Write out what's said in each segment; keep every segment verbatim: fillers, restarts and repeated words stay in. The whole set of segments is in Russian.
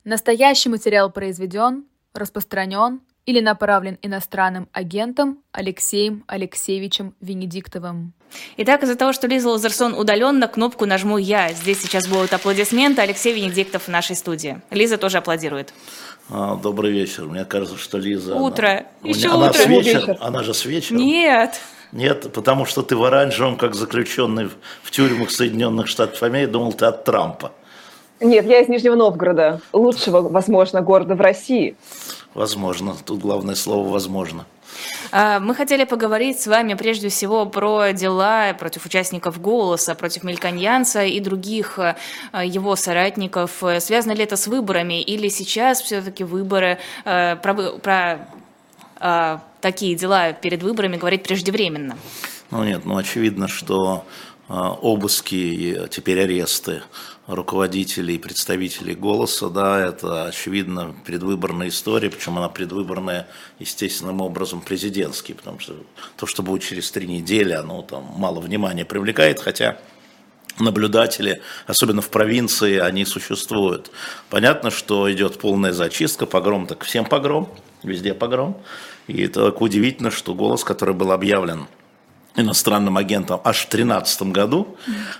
Настоящий материал произведен, распространен или направлен иностранным агентом Алексеем Алексеевичем Венедиктовым. Итак, из-за того, что Лиза Лазерсон удаленно, кнопку нажму я. Здесь сейчас будут аплодисменты. Алексей Венедиктов в нашей студии. Лиза тоже аплодирует. А, добрый вечер. Мне кажется, что Лиза... Утро. Она, Еще она утро. С вечер, она же с вечера. Нет. Нет, потому что ты в оранжевом, как заключенный в, в тюрьмах Соединенных Штатов Америки, думал, ты от Трампа. Нет, я из Нижнего Новгорода, лучшего, возможно, города в России. Возможно. Тут главное слово «возможно». Мы хотели поговорить с вами прежде всего про дела против участников «Голоса», против Мельконьянца и других его соратников. Связано ли это с выборами или сейчас все-таки выборы, про, про такие дела перед выборами говорить преждевременно? Ну нет, ну очевидно, что обыски и теперь аресты руководителей и представителей «Голоса», да, это, очевидно, предвыборная история, причем она предвыборная естественным образом президентский, потому что то, что будет через три недели, оно там мало внимания привлекает, хотя наблюдатели, особенно в провинции, они существуют. Понятно, что идет полная зачистка, погром так всем погром, везде погром, и так удивительно, что «Голос», который был объявлен иностранным агентом аж в две тысячи тринадцатом году,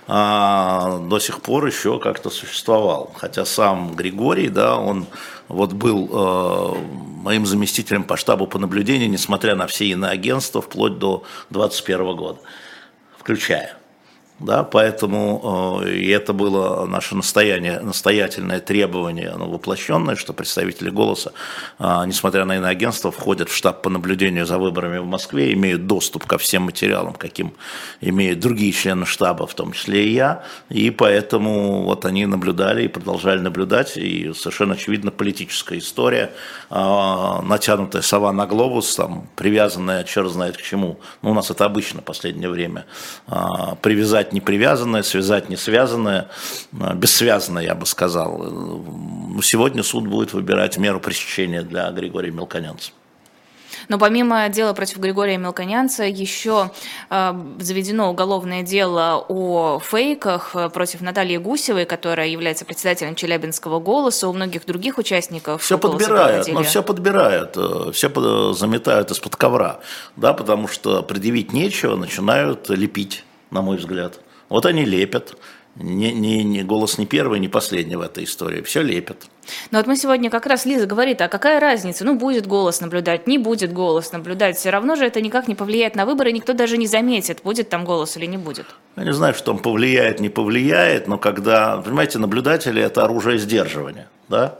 а, до сих пор еще как-то существовал. Хотя сам Григорий, да, он вот был э, моим заместителем по штабу по наблюдению, несмотря на все иноагентства, вплоть до двадцать первого года, включая. Да, поэтому э, и это было наше настояние, настоятельное требование, оно воплощенное, что представители «Голоса», э, несмотря на иноагентство, входят в штаб по наблюдению за выборами в Москве, имеют доступ ко всем материалам, каким имеют другие члены штаба, в том числе и я, и поэтому вот они наблюдали и продолжали наблюдать, и совершенно очевидно политическая история, э, натянутая сова на глобус, там, привязанная черт знает к чему, ну, у нас это обычно в последнее время, э, привязать не привязанное, связать не связанное, бессвязанное, я бы сказал. Сегодня суд будет выбирать меру пресечения для Григория Мельконьянца. Но помимо дела против Григория Мельконьянца еще э, заведено уголовное дело о фейках против Натальи Гусевой, которая является председателем Челябинского «Голоса», у многих других участников. Все подбирают, но все подбирают, все под, заметают из-под ковра, да, потому что предъявить нечего, начинают лепить, на мой взгляд. Вот они лепят. Не, не, не, «Голос» не первый, не последний в этой истории. Все лепят. Но вот мы сегодня как раз, Лиза говорит, а какая разница? Ну, будет «Голос» наблюдать, не будет «Голос» наблюдать. Все равно же это никак не повлияет на выборы, никто даже не заметит, будет там «Голос» или не будет. Я не знаю, что там повлияет, не повлияет, но когда, понимаете, наблюдатели – это оружие сдерживания, да?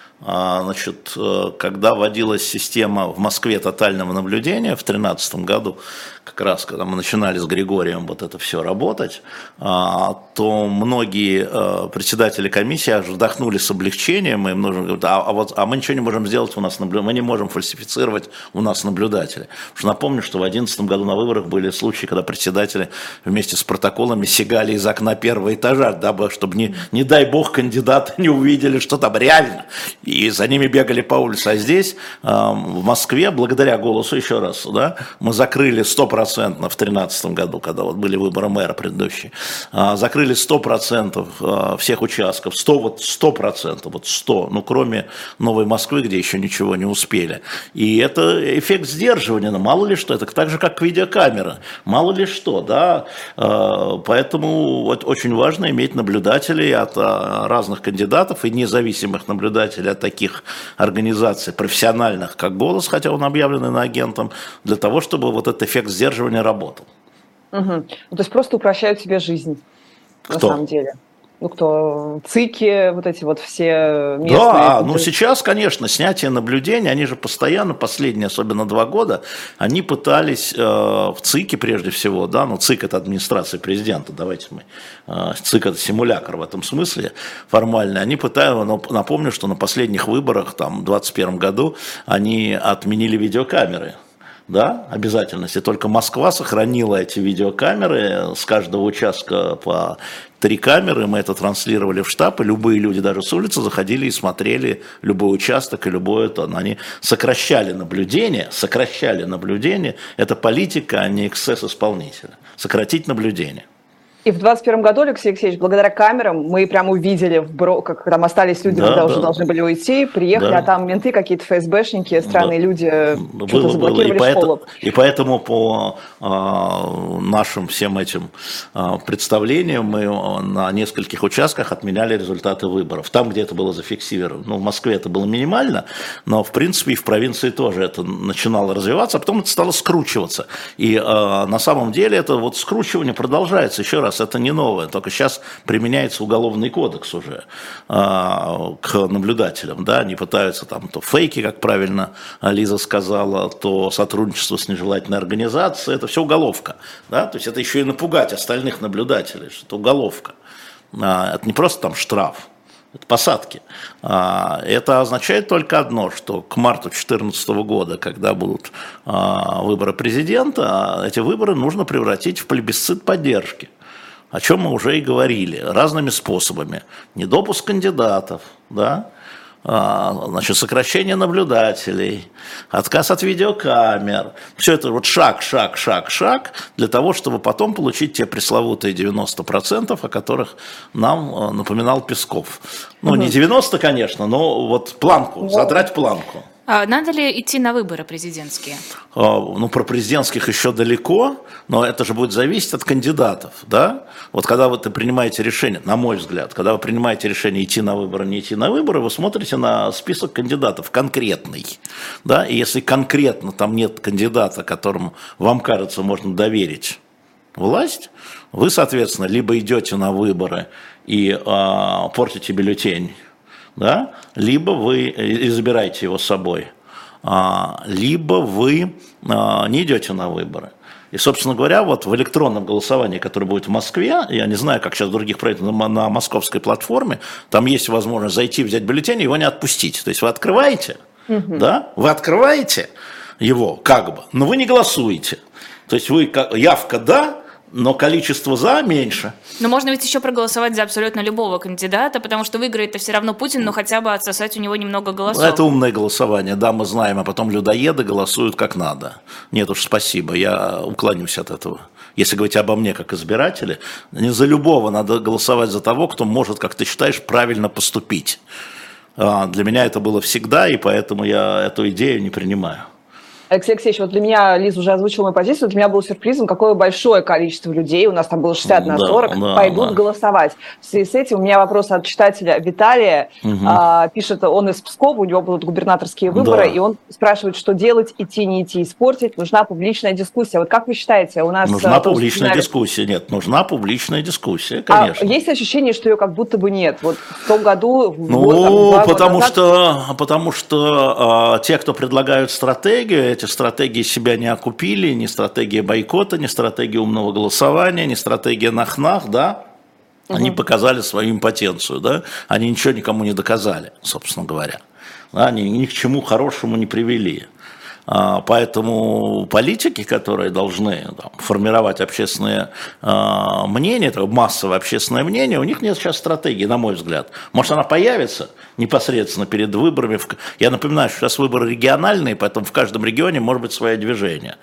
Значит, когда вводилась система в Москве тотального наблюдения в две тысячи тринадцатом году, как раз когда мы начинали с Григорием вот это все работать, то многие председатели комиссии аж вдохнули с облегчением, и им нужно говорить, а, а, вот, а мы ничего не можем сделать, у нас наблю... мы не можем фальсифицировать у нас наблюдатели. Потому что напомню, что в две тысячи одиннадцатом году на выборах были случаи, когда председатели вместе с протоколами сигали из окна первого этажа, дабы, чтобы, не, не дай бог, кандидаты не увидели, что там реально. И за ними бегали по улице. А здесь, э, в Москве, благодаря «Голосу», еще раз, да, мы закрыли стопроцентно в две тысячи тринадцатом году, когда вот были выборы мэра предыдущие, э, закрыли сто процентов э, всех участков, сто, вот сто процентов, вот сто, ну, кроме Новой Москвы, где еще ничего не успели. И это эффект сдерживания, ну, мало ли что, это так же, как видеокамера, мало ли что, да, э, поэтому вот очень важно иметь наблюдателей от э, разных кандидатов и независимых наблюдателей от таких организаций профессиональных, как «Голос», хотя он объявлен иноагентом, для того, чтобы вот этот эффект сдерживания работал. Угу. Ну, то есть просто упрощают себе жизнь, Кто? На самом деле. Ну, кто? ЦИКи, вот эти вот все местные. Да, ну сейчас, конечно, снятие наблюдения, они же постоянно, последние, особенно два года, они пытались э, в ЦИКе прежде всего, да, ну ЦИК это администрация президента, давайте мы, э, ЦИК это симулятор в этом смысле формальный, они пытаются, но напомню, что на последних выборах, там, в двадцать первом году, они отменили видеокамеры. Да, обязательности. Только Москва сохранила эти видеокамеры, с каждого участка по три камеры, мы это транслировали в штаб, и любые люди даже с улицы заходили и смотрели любой участок и любое это. Они сокращали наблюдение, сокращали наблюдение. Это политика, а не эксцесс исполнителя. Сократить наблюдение. И в двадцать первом году, Алексей Алексеевич, благодаря камерам мы прям увидели, в Бро... как там остались люди, да, когда да. уже должны были уйти, приехали, да. а там менты какие-то ФСБшники, странные да. люди, было, что-то заблокировали было. И школу. Поэтому, и поэтому по а, нашим всем этим а, представлениям мы на нескольких участках отменяли результаты выборов. Там, где это было зафиксировано. Ну, в Москве это было минимально, но, в принципе, и в провинции тоже это начинало развиваться, а потом это стало скручиваться. И а, на самом деле это вот скручивание продолжается. Еще раз, это не новое, только сейчас применяется уголовный кодекс уже а, к наблюдателям, да, они пытаются там то фейки, как правильно Лиза сказала, то сотрудничество с нежелательной организацией, это все уголовка, да, то есть это еще и напугать остальных наблюдателей, что это уголовка, а, это не просто там штраф, это посадки. А, это означает только одно, что к марту две тысячи четырнадцатого года, когда будут а, выборы президента, эти выборы нужно превратить в плебисцит поддержки. О чем мы уже и говорили, разными способами. Недопуск кандидатов, да? а, значит, сокращение наблюдателей, отказ от видеокамер. Все это вот шаг, шаг, шаг, шаг, для того, чтобы потом получить те пресловутые девяносто процентов, о которых нам напоминал Песков. Ну, угу. не девяносто, конечно, но вот планку, задрать планку. А надо ли идти на выборы президентские? Ну, про президентских еще далеко, но это же будет зависеть от кандидатов, да? Вот когда вы принимаете решение, на мой взгляд, когда вы принимаете решение идти на выборы, не идти на выборы, вы смотрите на список кандидатов конкретный, да? И если конкретно там нет кандидата, которому, вам кажется, можно доверить власть, вы, соответственно, либо идете на выборы и а, портите бюллетень, да? Либо вы и забираете его с собой, а, либо вы а, не идете на выборы. И, собственно говоря, вот в электронном голосовании, которое будет в Москве, я не знаю, как сейчас в других проектах, на, на московской платформе, там есть возможность зайти, взять бюллетень и его не отпустить. То есть вы открываете, угу. да? Вы открываете его, как бы, но вы не голосуете. То есть вы, явка «да», но количество «за» меньше. Но можно ведь еще проголосовать за абсолютно любого кандидата, потому что выиграет-то все равно Путин, но хотя бы отсосать у него немного голосов. Это умное голосование, да, мы знаем, а потом людоеды голосуют как надо. Нет уж, спасибо, я уклонюсь от этого. Если говорить обо мне как избирателе, не за любого надо голосовать за того, кто может, как ты считаешь, правильно поступить. Для меня это было всегда, и поэтому я эту идею не принимаю. Алексей Алексеевич, вот для меня, Лиза уже озвучила мою позицию, для меня было сюрпризом, какое большое количество людей, у нас там было шестьдесят на сорок, да, пойдут да. голосовать. В связи с этим у меня вопрос от читателя Виталия, угу. а, пишет, он из Пскова, у него будут губернаторские выборы, да. и он спрашивает, что делать, идти, не идти, испортить, нужна публичная дискуссия. Вот как вы считаете, у нас... Нужна публичная знали... дискуссия, нет, нужна публичная дискуссия, конечно. А есть ощущение, что ее как будто бы нет? Вот в том году... Ну, вот, там, потому, назад... что, потому что а, те, кто предлагают стратегию, эти стратегии себя не окупили, ни стратегия бойкота, ни стратегия умного голосования, ни стратегия нах-нах, да, угу. они показали свою импотенцию, да, они ничего никому не доказали, собственно говоря, да? Они ни к чему хорошему не привели. А, поэтому политики, которые должны там, формировать общественное а, мнение, это массовое общественное мнение, у них нет сейчас стратегии, на мой взгляд. Может, она появится непосредственно перед выборами. Я напоминаю, что сейчас выборы региональные, поэтому в каждом регионе может быть свое движение,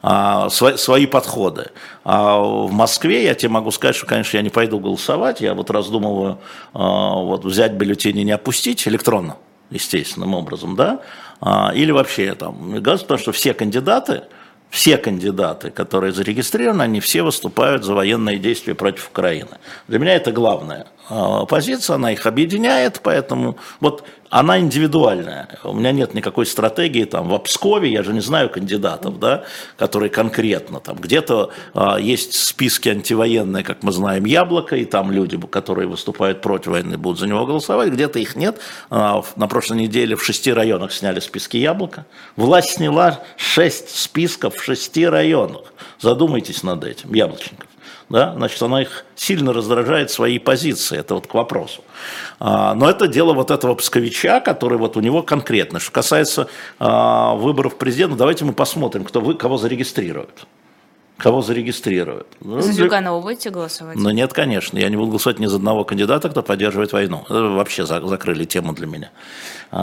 а, свои, свои подходы. А в Москве я тебе могу сказать, что, конечно, я не пойду голосовать, я вот раздумываю а, вот, взять бюллетень и не опустить электронно, естественным образом, да, а, или вообще там, потому что все кандидаты, все кандидаты, которые зарегистрированы, они все выступают за военные действия против Украины. Для меня это главная а, позиция, она их объединяет, поэтому вот она индивидуальная. У меня нет никакой стратегии там в Пскове, я же не знаю кандидатов, да, которые конкретно там где-то а, есть списки антивоенные, как мы знаем, Яблоко, и там люди, которые выступают против войны, будут за него голосовать, где-то их нет. А, на прошлой неделе в шести районах сняли списки Яблоко. Власть сняла шесть списков в шести районах. Задумайтесь над этим, Яблочников. Да? Значит, она их сильно раздражает своей позицией, это вот к вопросу. А, но это дело вот этого псковича, который вот у него конкретно. Что касается а, выборов президента, давайте мы посмотрим, кто вы, кого зарегистрируют. Кого зарегистрируют. За Зюганова будете голосовать? Ну нет, конечно, я не буду голосовать ни за одного кандидата, кто поддерживает войну. Это вообще закрыли тему для меня.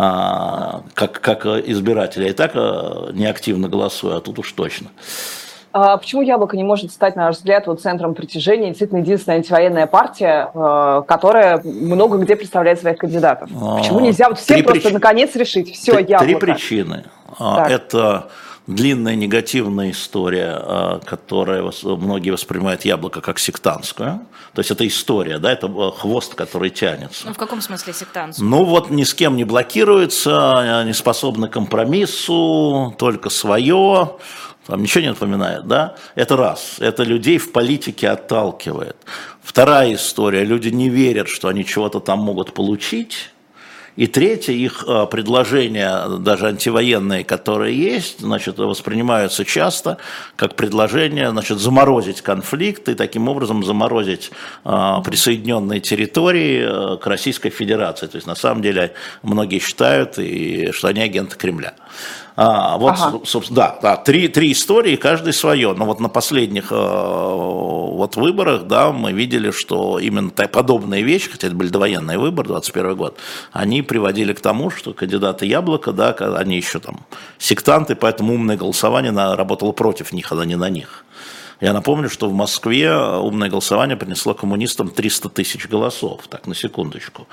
А, как, как избиратель, я и так неактивно голосую, а тут уж точно. А почему «Яблоко» не может стать, на наш взгляд, вот центром притяжения, действительно единственная антивоенная партия, которая много где представляет своих кандидатов? Почему нельзя вот всем просто, прич... наконец, решить, все, три, «Яблоко»? Три причины. Так. Это длинная негативная история, которая многие воспринимают «Яблоко» как сектантскую. То есть это история, да, это хвост, который тянется. Ну, в каком смысле сектантскую? Ну, вот ни с кем не блокируется, не способны к компромиссу, только свое. Там ничего не напоминает, да? Это раз. Это людей в политике отталкивает. Вторая история. Люди не верят, что они чего-то там могут получить. И третье, их предложения, даже антивоенные, которые есть, значит, воспринимаются часто как предложение, значит, заморозить конфликт и таким образом заморозить а, присоединенные территории к Российской Федерации. То есть, на самом деле, многие считают, и, что они агенты Кремля. А, вот, ага. собственно, да, да три, три истории, каждый свое. Но вот на последних э, вот выборах, да, мы видели, что именно подобные вещи, хотя это были довоенные выборы, двадцать первый год, они приводили к тому, что кандидаты «Яблоко», да, они еще там сектанты, поэтому умное голосование работало против них, а не на них. Я напомню, что в Москве умное голосование принесло коммунистам триста тысяч голосов, так, на секундочку,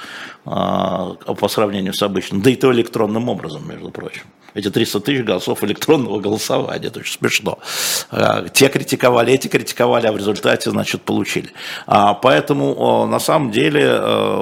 по сравнению с обычным, да и то электронным образом, между прочим. Эти триста тысяч голосов электронного голосования, это очень смешно. Те критиковали, эти критиковали, а в результате, значит, получили. Поэтому, на самом деле,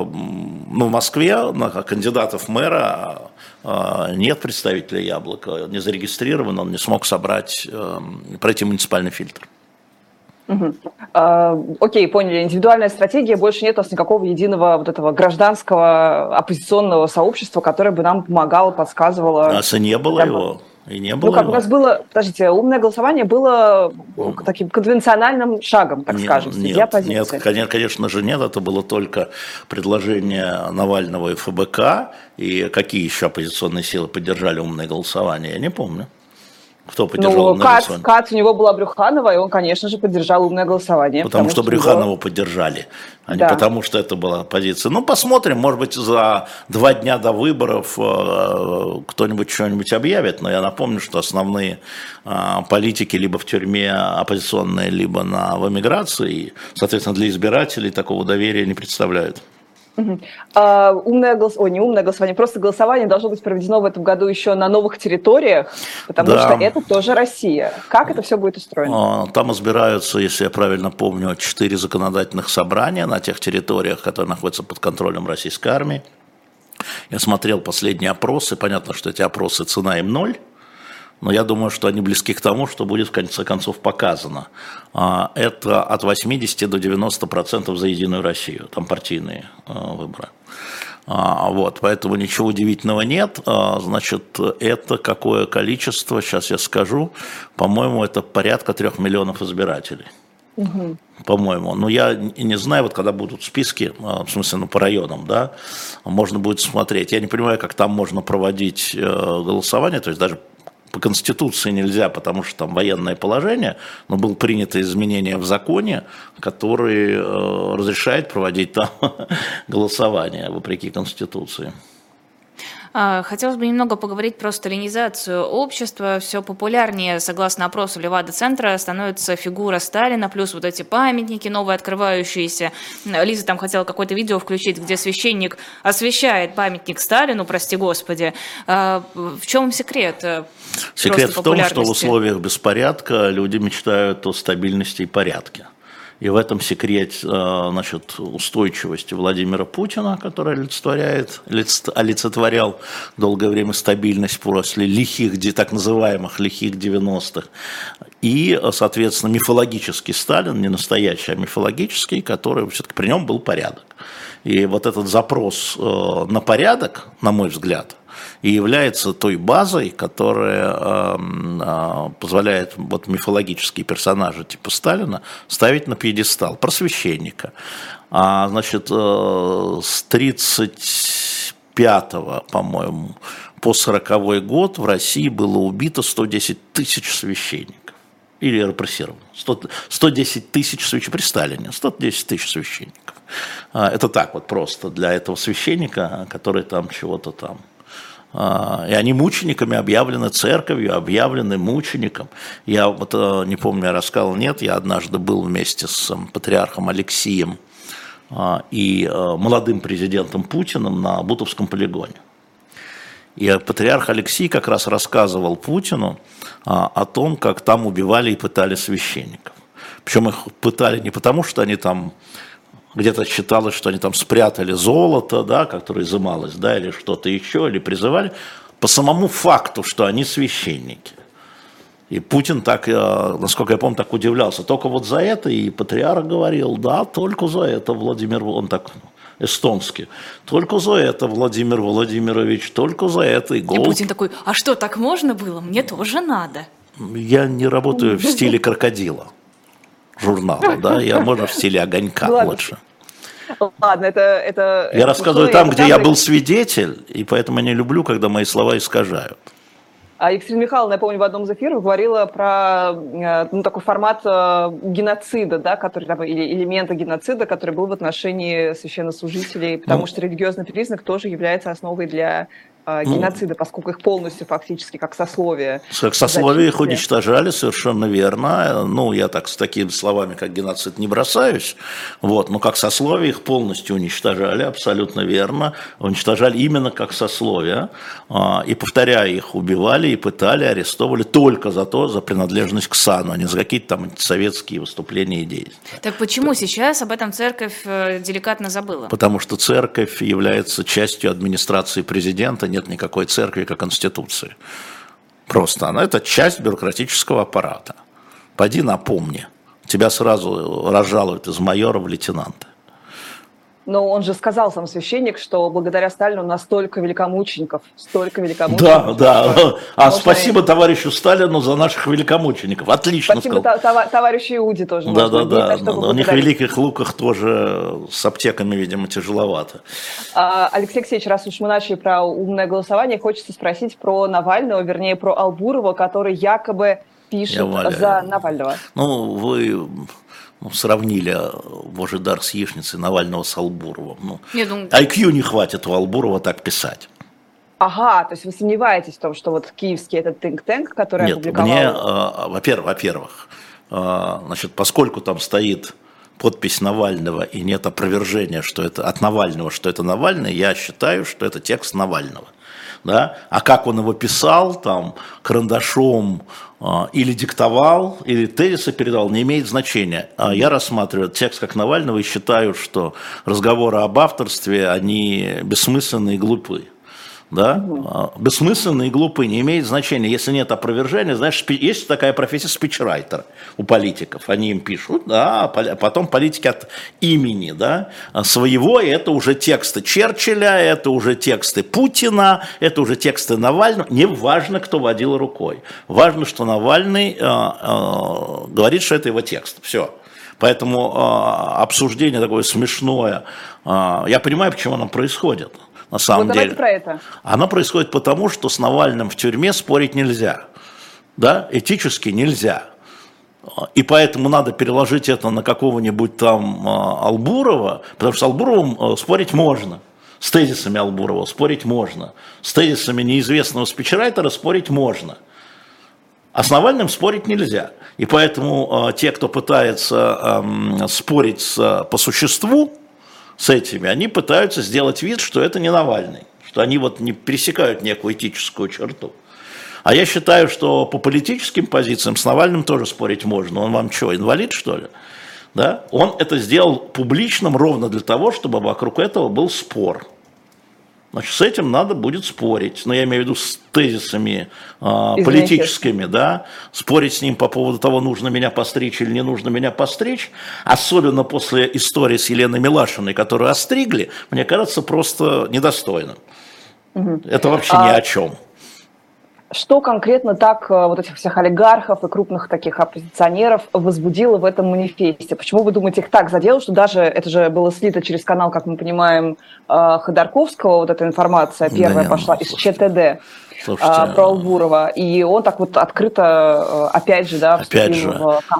ну, в Москве кандидатов в мэра нет представителя «Яблока», не зарегистрирован, он не смог собрать, пройти муниципальный фильтр. Угу. А, окей, поняли. Индивидуальная стратегия, больше нет у нас никакого единого вот этого гражданского оппозиционного сообщества, которое бы нам помогало, подсказывало. У нас и не было его. И не было ну, как его. у нас было, подождите, умное голосование было таким конвенциональным шагом, так нет, скажем, среди нет, оппозиции. Нет, конечно, конечно же нет, это было только предложение Навального и эф бэ ка, и какие еще оппозиционные силы поддержали умное голосование, я не помню. Кто поддержал ну, умное Кац, голосование? Кац, у него была Брюханова, и он, конечно же, поддержал умное голосование. Потому, потому что, что Брюханову было... поддержали, а да. не потому, что это была позиция. Ну, посмотрим, может быть, за два дня до выборов кто-нибудь что-нибудь объявит, но я напомню, что основные политики либо в тюрьме оппозиционные, либо на, в эмиграции, и, соответственно, для избирателей такого доверия не представляют. Угу. А, умное голос... Ой, не умное голосование, просто голосование должно быть проведено в этом году еще на новых территориях, потому да. что это тоже Россия. Как это все будет устроено? Там избираются, если я правильно помню, четыре законодательных собрания на тех территориях, которые находятся под контролем российской армии. Я смотрел последние опросы, понятно, что эти опросы цена им ноль. Но я думаю, что они близки к тому, что будет в конце концов показано. Это от восьмидесяти до девяноста процентов за «Единую Россию», там партийные выборы. Вот, поэтому ничего удивительного нет. Значит, это какое количество, сейчас я скажу, по-моему, это порядка трех миллионов избирателей. Угу. По-моему. Но я не знаю, вот когда будут списки, в смысле, ну, по районам, да, можно будет смотреть. Я не понимаю, как там можно проводить голосование, то есть даже по Конституции нельзя, потому что там военное положение, но было принято изменение в законе, который э, разрешает проводить там голосование, вопреки Конституции. Хотелось бы немного поговорить про сталинизацию общества. Все популярнее, согласно опросу Левада-центра, становится фигура Сталина, плюс вот эти памятники новые открывающиеся. Лиза там хотела какое-то видео включить, где священник освещает памятник Сталину, прости господи. В чем секрет? Секрет в том, что в условиях беспорядка люди мечтают о стабильности и порядке. И в этом секрет, значит, устойчивости Владимира Путина, который олицетворяет, олицетворял долгое время стабильность после лихих, так называемых лихих девяностых. И, соответственно, мифологический Сталин, не настоящий, а мифологический, который все-таки при нем был порядок. И вот этот запрос на порядок, на мой взгляд, и является той базой, которая э, э, позволяет вот, мифологические персонажи типа Сталина ставить на пьедестал, просвещенника. А, значит, э, с тридцать пятого, по-моему, по сороковой год в России было убито сто десять тысяч священников. Или репрессировано. сто десять тысяч священников при Сталине, сто десять тысяч священников. Это так вот просто для этого священника, который там чего-то там И они мучениками объявлены церковью, объявлены мучеником. Я вот не помню, я рассказывал, нет, я однажды был вместе с патриархом Алексием и молодым президентом Путиным на Бутовском полигоне. И патриарх Алексий как раз рассказывал Путину о том, как там убивали и пытали священников. Причем их пытали не потому, что они там... Где-то считалось, что они там спрятали золото, да, которое изымалось, да, или что-то еще, или призывали, по самому факту, что они священники. И Путин так, насколько я помню, так удивлялся. Только вот за это, и патриарх говорил, да, только за это, Владимир, он так эстонский, только за это, Владимир Владимирович, только за это. И, и Путин такой, а что, так можно было? Мне тоже надо. Я не работаю в стиле крокодила. Журнала, да, я, можно, в стиле огонька лучше. Ладно, это... это я это рассказываю там, где я был свидетель, и поэтому я не люблю, когда мои слова искажают. А Екатерина Михайловна, я помню, в одном из эфиров говорила про ну, такой формат геноцида, да, который, там, или элемента геноцида, который был в отношении священнослужителей, потому ну, что религиозный признак тоже является основой для геноцида, ну, поскольку их полностью фактически как сословие. Как сословие их уничтожали, совершенно верно. Ну, я так с такими словами, как геноцид, не бросаюсь. Вот, но как сословие их полностью уничтожали, абсолютно верно. Уничтожали именно как сословие. И, повторяю, их убивали и пытали, арестовывали только за то, за принадлежность к сану, а не за какие-то там антисоветские выступления и действия. Так почему сейчас об этом церковь деликатно забыла? Потому что церковь является частью администрации президента, нет никакой церкви как институции. Просто она это часть бюрократического аппарата. Пойди напомни, тебя сразу разжалуют из майора в лейтенанта. Но он же сказал, сам священник, что благодаря Сталину у нас столько великомучеников, столько великомучеников. Да, да. А спасибо товарищу Сталину за наших великомучеников. Отлично спасибо сказал. Спасибо товарищу Иуде тоже. Да, да, да. У них в Великих Луках тоже с аптеками, видимо, тяжеловато. А, Алексей Алексеевич, раз уж мы начали про умное голосование, хочется спросить про Навального, вернее, про Албурова, который якобы пишет за Навального. Ну, вы... Ну, сравнили Божий дар с яичницей Навального с Албуровым. Ну, думаю... ай кью не хватит у Албурова так писать. Ага, то есть вы сомневаетесь в том, что вот киевский этот think-tank, который Нет, опубликовал... мне, э, во-первых, во-первых э, значит, поскольку там стоит подпись Навального и нет опровержения, что это от Навального, что это Навальный, я считаю, что это текст Навального. Да? А как он его писал, там, карандашом э, или диктовал, или тезисы передал, не имеет значения. А я рассматриваю текст как Навального и считаю, что разговоры об авторстве, они бессмысленны и глупы. Да? Угу. Бессмысленные и глупые, не имеет значения. Если нет опровержения, знаешь, есть такая профессия спичрайтера у политиков. Они им пишут, да, а потом политики от имени, да, своего, и это уже тексты Черчилля, это уже тексты Путина, это уже тексты Навального. Не важно, кто водил рукой. Важно, что Навальный э, э, говорит, что это его текст. Все. Поэтому э, обсуждение такое смешное. Э, я понимаю, почему оно происходит. На самом вот деле, про это. Оно происходит потому, что с Навальным в тюрьме спорить нельзя, да, этически нельзя, и поэтому надо переложить это на какого-нибудь там Албурова, потому что с Албуровым спорить можно, с тезисами Албурова спорить можно, с тезисами неизвестного спичрайтера спорить можно, а с Навальным спорить нельзя, и поэтому те, кто пытается спорить с, по существу с этими, они пытаются сделать вид, что это не Навальный, что они вот не пересекают некую этическую черту. А я считаю, что по политическим позициям с Навальным тоже спорить можно. Он вам что, инвалид, что ли? Да? Он это сделал публичным ровно для того, чтобы вокруг этого был спор. Значит, с этим надо будет спорить. Но я имею в виду с тезисами э, политическими, да, спорить с ним по поводу того, нужно меня постричь или не нужно меня постричь, особенно после истории с Еленой Милашиной, которую остригли, мне кажется, просто недостойным. Угу. Это вообще а... ни о чем. Что конкретно так вот этих всех олигархов и крупных таких оппозиционеров возбудило в этом манифесте? Почему вы думаете, их так задело, что даже это же было слито через канал, как мы понимаем, Ходорковского, вот эта информация первая да, пошла из ЧТД слушайте, про Албурова, и он так вот открыто, опять же, да, опять же, в конфликт.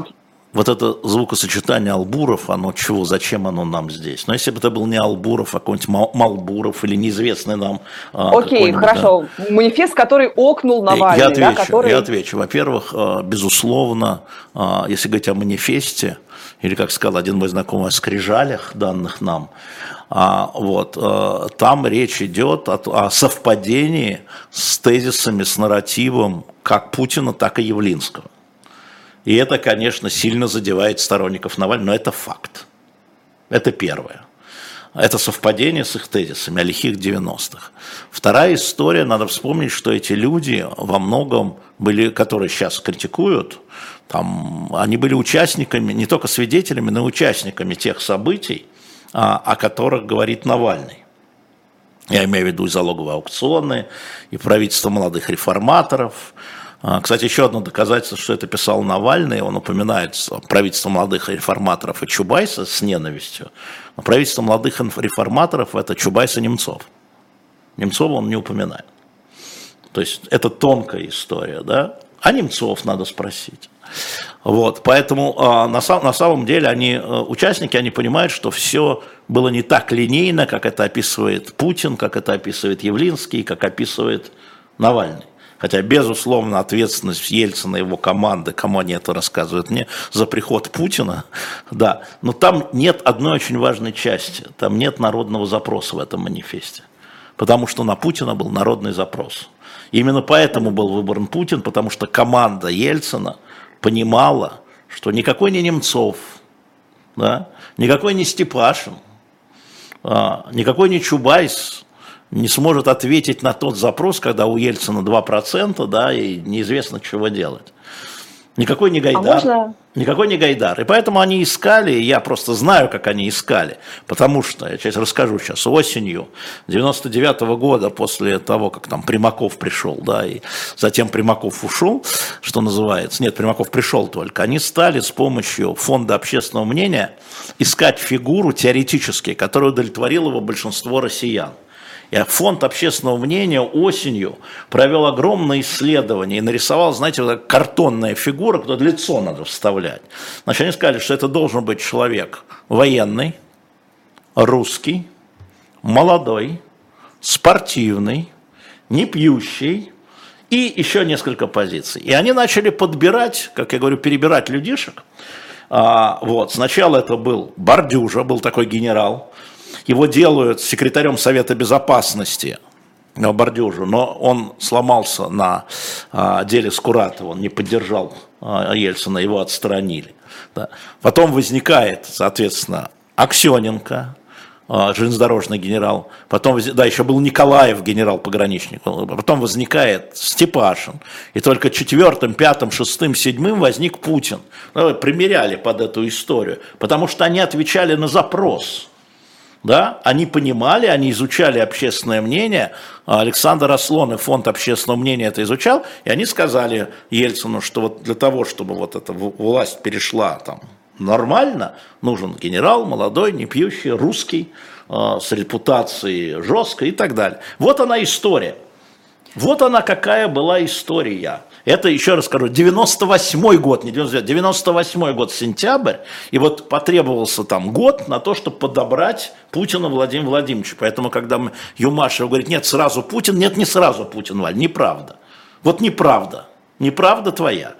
вот это звукосочетание Албуров, оно чего, зачем оно нам здесь? Но если бы это был не Албуров, а какой-нибудь Малбуров или неизвестный нам... Окей, хорошо. Да. Манифест, который окнул Навальный. Я отвечу, да, который... я отвечу. Во-первых, безусловно, если говорить о манифесте, или, как сказал один мой знакомый, о скрижалях, данных нам, вот, там речь идет о, о совпадении с тезисами, с нарративом как Путина, так и Явлинского. И это, конечно, сильно задевает сторонников Навального, но это факт. Это первое. Это совпадение с их тезисами о лихих девяностых. Вторая история, надо вспомнить, что эти люди во многом были, которые сейчас критикуют, там, они были участниками, не только свидетелями, но и участниками тех событий, о которых говорит Навальный. Я имею в виду и залоговые аукционы, и правительство молодых реформаторов. Кстати, еще одно доказательство, что это писал Навальный, он упоминает правительство молодых реформаторов и Чубайса с ненавистью. Но правительство молодых реформаторов – это Чубайс и Немцов. Немцова он не упоминает. То есть это тонкая история, да? А Немцов надо спросить. Вот, поэтому а, на, сам, на самом деле они, участники, они понимают, что все было не так линейно, как это описывает Путин, как это описывает Явлинский, как описывает Навальный. Хотя, безусловно, ответственность Ельцина и его команды, кому они это рассказывают мне, за приход Путина, да, но там нет одной очень важной части, там нет народного запроса в этом манифесте, потому что на Путина был народный запрос. И именно поэтому был выбран Путин, потому что команда Ельцина понимала, что никакой не Немцов, да, никакой не Степашин, а, никакой не Чубайс не сможет ответить на тот запрос, когда у Ельцина два процента, да, и неизвестно, чего делать. Никакой не Гайдар. А можно... Никакой не Гайдар. И поэтому они искали, я просто знаю, как они искали, потому что, я сейчас расскажу сейчас, осенью девяносто девятого года, после того, как там Примаков пришел, да, и затем Примаков ушел, что называется, нет, Примаков пришел только, они стали с помощью фонда общественного мнения искать фигуру теоретически, которая удовлетворила его большинство россиян. И фонд общественного мнения осенью провел огромное исследование и нарисовал, знаете, вот картонная фигура, куда лицо надо вставлять. Значит, они сказали, что это должен быть человек военный, русский, молодой, спортивный, не пьющий и еще несколько позиций. И они начали подбирать, как я говорю, перебирать людишек. А, вот, сначала это был Бардюжа, был такой генерал. Его делают секретарем Совета Безопасности, Бардюжу, но он сломался на а, деле Скуратова, он не поддержал а, Ельцина, его отстранили. Да. Потом возникает, соответственно, Аксененко, а, железнодорожный генерал, потом, да, еще был Николаев, генерал-пограничник, потом возникает Степашин, и только четвертым, пятым, шестым, седьмым возник Путин. Ну, примеряли под эту историю, потому что они отвечали на запрос. Да, они понимали, они изучали общественное мнение, Александр Аслон и фонд общественного мнения это изучал, и они сказали Ельцину, что вот для того, чтобы вот эта власть перешла там нормально, нужен генерал, молодой, не пьющий, русский, с репутацией жесткой и так далее. Вот она история. Вот она какая была история. Это, еще раз скажу, девяносто восьмой год, не девяносто девятый, девяносто восьмой год, сентябрь, и вот потребовался там год на то, чтобы подобрать Путина Владимира Владимировича. Поэтому, когда Юмашев говорит, нет, сразу Путин, нет, не сразу Путин, Валь, неправда. Вот неправда, неправда твоя.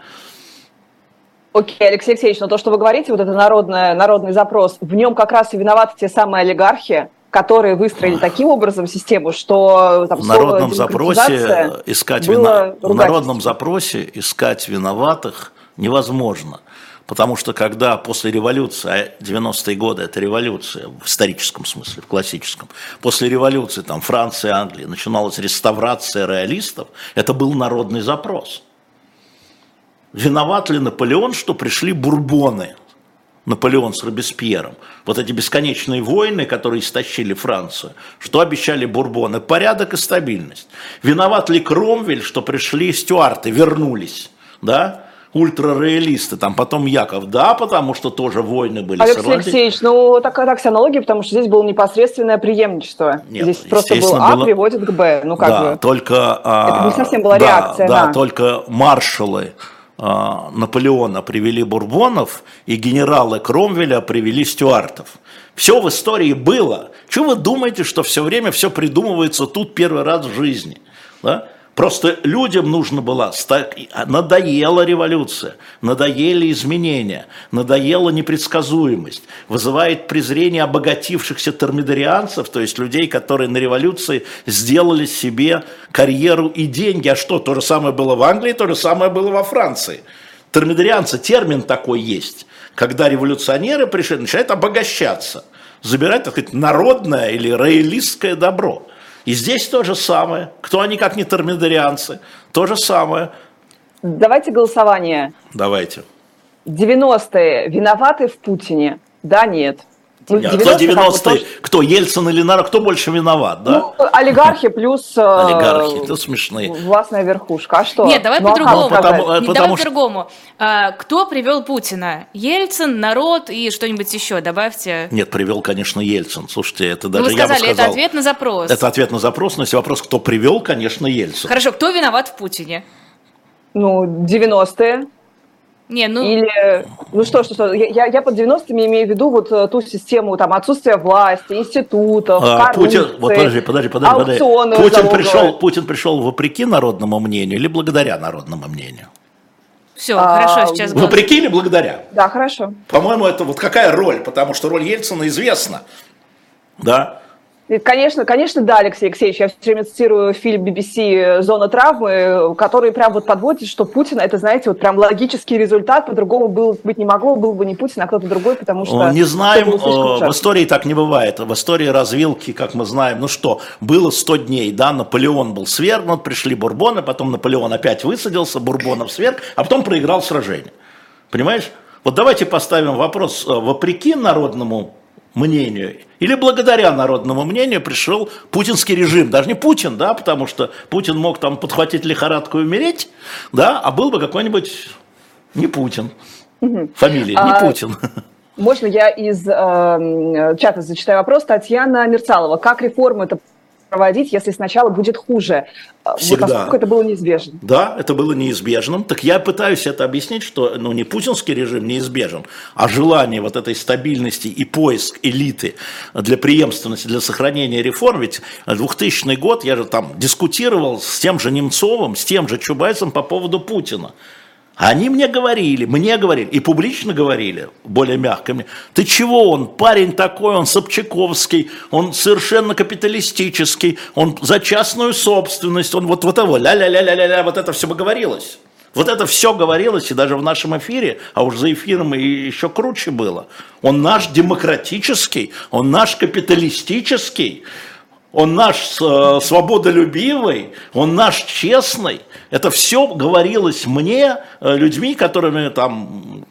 Окей, Алексей Алексеевич, но то, что вы говорите, вот это народное, народный запрос, в нем как раз и виноваты те самые олигархи, которые выстроили таким образом систему, что там, в народном запросе искать вина... в народном запросе искать виноватых невозможно, потому что когда после революции, а девяностые годы это революция в историческом смысле, в классическом, после революции там Франция, Англия, начиналась реставрация реалистов, это был народный запрос. Виноват ли Наполеон, что пришли бурбоны? Наполеон с Робеспьером, вот эти бесконечные войны, которые истощили Францию, что обещали бурбоны? Порядок и стабильность. Виноват ли Кромвель, что пришли стюарты, вернулись, да? Ультрареалисты, там потом Яков, да, потому что тоже войны были. Алексей Алексеевич, ну так, так вся аналогия, потому что здесь было непосредственное преемничество. Нет, здесь просто был А было... приводит к Б, ну как да, бы. Только, это не совсем была да, реакция да, на... только маршалы Наполеона привели бурбонов, и генералы Кромвеля привели стюартов. Все в истории было. Чего вы думаете, что все время все придумывается тут первый раз в жизни? Да? Просто людям нужно было, надоела революция, надоели изменения, надоела непредсказуемость, вызывает презрение обогатившихся термидорианцев, то есть людей, которые на революции сделали себе карьеру и деньги. А что, то же самое было в Англии, то же самое было во Франции. Термидорианцы, термин такой есть, когда революционеры пришли, начинают обогащаться, забирать, так сказать, народное или роялистское добро. И здесь то же самое. Кто они, как не термидорианцы? То же самое. Давайте голосование. Давайте. девяностые виноваты в Путине? Да, нет. Ну, нет, девяностые, кто девяностые? Тоже... Кто, Ельцин или народ? Кто больше виноват? Да? Ну, олигархи плюс... Олигархи, это смешные. Властная верхушка. А что? Нет, давай ну, по-другому. А потому, потому, давай потому по-другому. А, кто привел Путина? Ельцин, народ и что-нибудь еще? Добавьте. Нет, привел, конечно, Ельцин. Слушайте, это даже ну, вы сказали, я бы сказал... это ответ на запрос. Это ответ на запрос, но если вопрос, кто привел, конечно, Ельцин. Хорошо, кто виноват в Путине? Ну, девяностые. Не, ну... Или, ну что, что, что, я, я под девяностыми имею в виду вот ту систему, там, отсутствия власти, институтов, а, коррупции, Путин, вот подожди, подожди, подожди, аукционы. Путин пришел, Путин пришел вопреки народному мнению или благодаря народному мнению? Все, а, хорошо, сейчас... Вопреки или благодаря? Да, хорошо. По-моему, это вот какая роль, потому что роль Ельцина известна, да? И, конечно, конечно, да, Алексей Алексеевич, я все время цитирую фильм би би си «Зона травмы», который прям вот подводит, что Путин, это, знаете, вот прям логический результат, по-другому было, быть не могло, был бы не Путин, а кто-то другой, потому что... Не знаем, в истории так не бывает, в истории развилки, как мы знаем, ну что, было сто дней, да, Наполеон был свергнут, пришли бурбоны, потом Наполеон опять высадился, бурбонов сверг, а потом проиграл сражение, понимаешь? Вот давайте поставим вопрос, вопреки народному мнению или благодаря народному мнению пришел путинский режим. Даже не Путин, да, потому что Путин мог там подхватить лихорадку и умереть, да, а был бы какой-нибудь не Путин. Фамилия, не а, Путин. Можно я из э, чата зачитаю вопрос? Татьяна Мерцалова. Как реформу это проводить, если сначала будет хуже? Всегда. Вот насколько это было неизбежно? Да, это было неизбежным. Так я пытаюсь это объяснить, что ну, не путинский режим неизбежен, а желание вот этой стабильности и поиск элиты для преемственности, для сохранения реформ. Ведь двухтысячный год я же там дискутировал с тем же Немцовым, с тем же Чубайсом по поводу Путина. Они мне говорили, мне говорили, и публично говорили, более мягко мне, ты чего, он парень такой, он собчаковский, он совершенно капиталистический, он за частную собственность, он вот, вот его, ля-ля-ля-ля-ля, вот это все бы говорилось. Вот это все говорилось, и даже в нашем эфире, а уж за эфиром и еще круче было. Он наш демократический, он наш капиталистический, он наш э, свободолюбивый, он наш честный. Это все говорилось мне э, людьми, которыми там,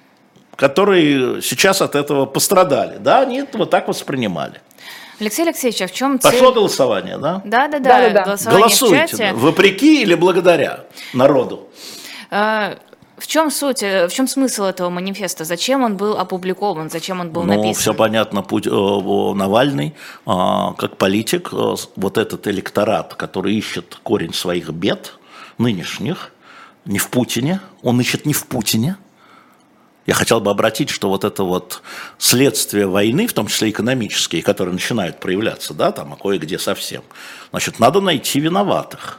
которые сейчас от этого пострадали. Да, они это вот так воспринимали. Алексей Алексеевич, а в чем цель? Пошло голосование, да? Да, да, да. да, да. Голосуйте. В чате. Вопреки или благодаря народу? А... В чем суть, в чем смысл этого манифеста? Зачем он был опубликован? Зачем он был ну, написан? Все понятно. Путь, э, Навальный, э, как политик, э, вот этот электорат, который ищет корень своих бед, нынешних, не в Путине, он ищет не в Путине. Я хотел бы обратить, что вот это вот следствие войны, в том числе экономические, которые начинают проявляться, да, там, а кое-где совсем, значит, надо найти виноватых.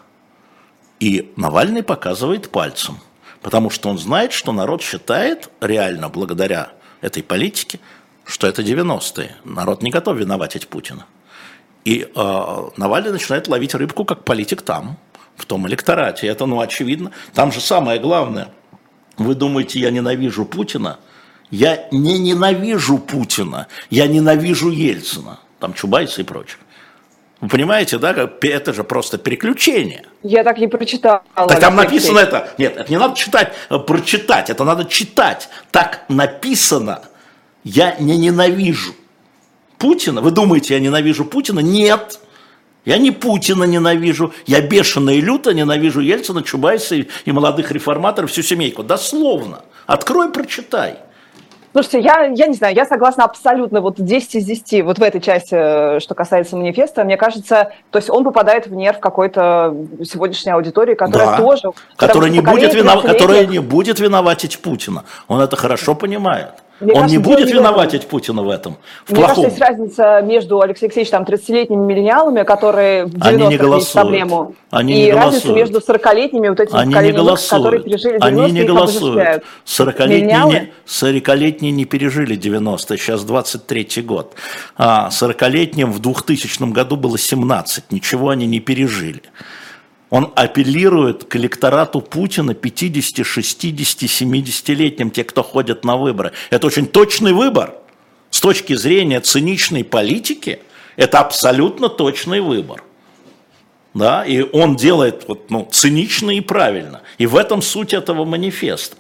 И Навальный показывает пальцем. Потому что он знает, что народ считает реально, благодаря этой политике, что это девяностые. Народ не готов виноватить Путина. И э, Навальный начинает ловить рыбку как политик там, в том электорате. Это, ну, очевидно. Там же самое главное. Вы думаете, я ненавижу Путина? Я не ненавижу Путина. Я ненавижу Ельцина. Там Чубайса и прочее. Вы понимаете, да, это же просто переключение. Я так не прочитала. Так там написано это. Нет, это не надо читать, прочитать, это надо читать. Так написано. Я не ненавижу Путина. Вы думаете, я ненавижу Путина? Нет. Я не Путина ненавижу. Я бешено и люто ненавижу Ельцина, Чубайса и, и молодых реформаторов, всю семейку. Дословно. Открой, прочитай. Слушайте, я, я не знаю, я согласна абсолютно вот десять из десяти вот в этой части, что касается манифеста. Мне кажется, то есть он попадает в нерв какой-то сегодняшней аудитории, которая да. тоже... Которая не, будет винов... которая не будет виноватить Путина. Он это хорошо понимает. Мне он кажется, не будет виноватить Путина в этом. В Мне плохом. кажется, есть разница между Алексеем Алексеевичем там, тридцатилетними миллениалами, которые в девяностых имеют проблему, Они и разница между сорокалетними вот этими поколениями, которые пережили девяностые. Они не голосуют. сорокалетние, сорокалетние не пережили девяностые, сейчас двадцать третий год. А сорокалетним в двухтысячном году было семнадцать, ничего они не пережили. Он апеллирует к электорату Путина пятидесяти, шестидесяти, семидесятилетним, те, кто ходят на выборы. Это очень точный выбор. С точки зрения циничной политики, это абсолютно точный выбор. Да? И он делает вот, ну, цинично и правильно. И в этом суть этого манифеста.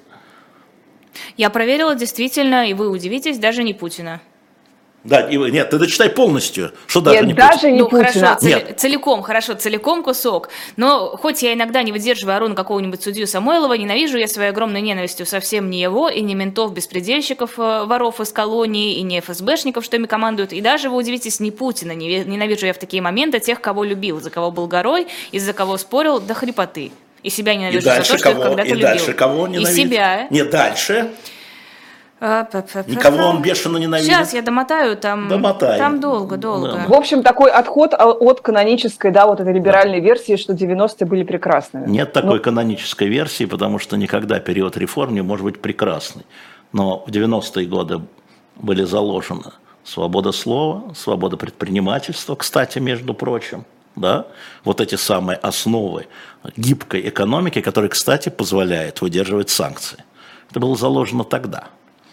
Я проверила, действительно, и вы удивитесь, даже не Путина. Да, нет, ты дочитай полностью, что даже нет, не даже Путин. не ну, Путина. Хорошо, цели, нет. целиком, хорошо, целиком кусок, но хоть я иногда не выдерживаю ору на какого-нибудь судью Самойлова, ненавижу я своей огромной ненавистью совсем не его, и не ментов-беспредельщиков, воров из колонии, и не эф эс бэшников, что ими командуют, и даже, вы удивитесь, не Путина, ненавижу я в такие моменты тех, кого любил, за кого был горой, из-за кого спорил до хрипоты. И себя ненавижу и за то, кого? что я когда-то и любил. Дальше кого ненавидит? И себя. Не дальше. Никого он бешено ненавидит. Сейчас я домотаю, там, Домотай. там долго, долго. Да. В общем, такой отход от канонической, да, вот этой либеральной версии, что девяностые были прекрасными. Нет такой ну... канонической версии, потому что никогда период реформ не может быть прекрасный. Но в девяностые годы были заложены свобода слова, свобода предпринимательства, кстати, между прочим. Да? Вот эти самые основы гибкой экономики, которые, кстати, позволяют выдерживать санкции. Это было заложено тогда.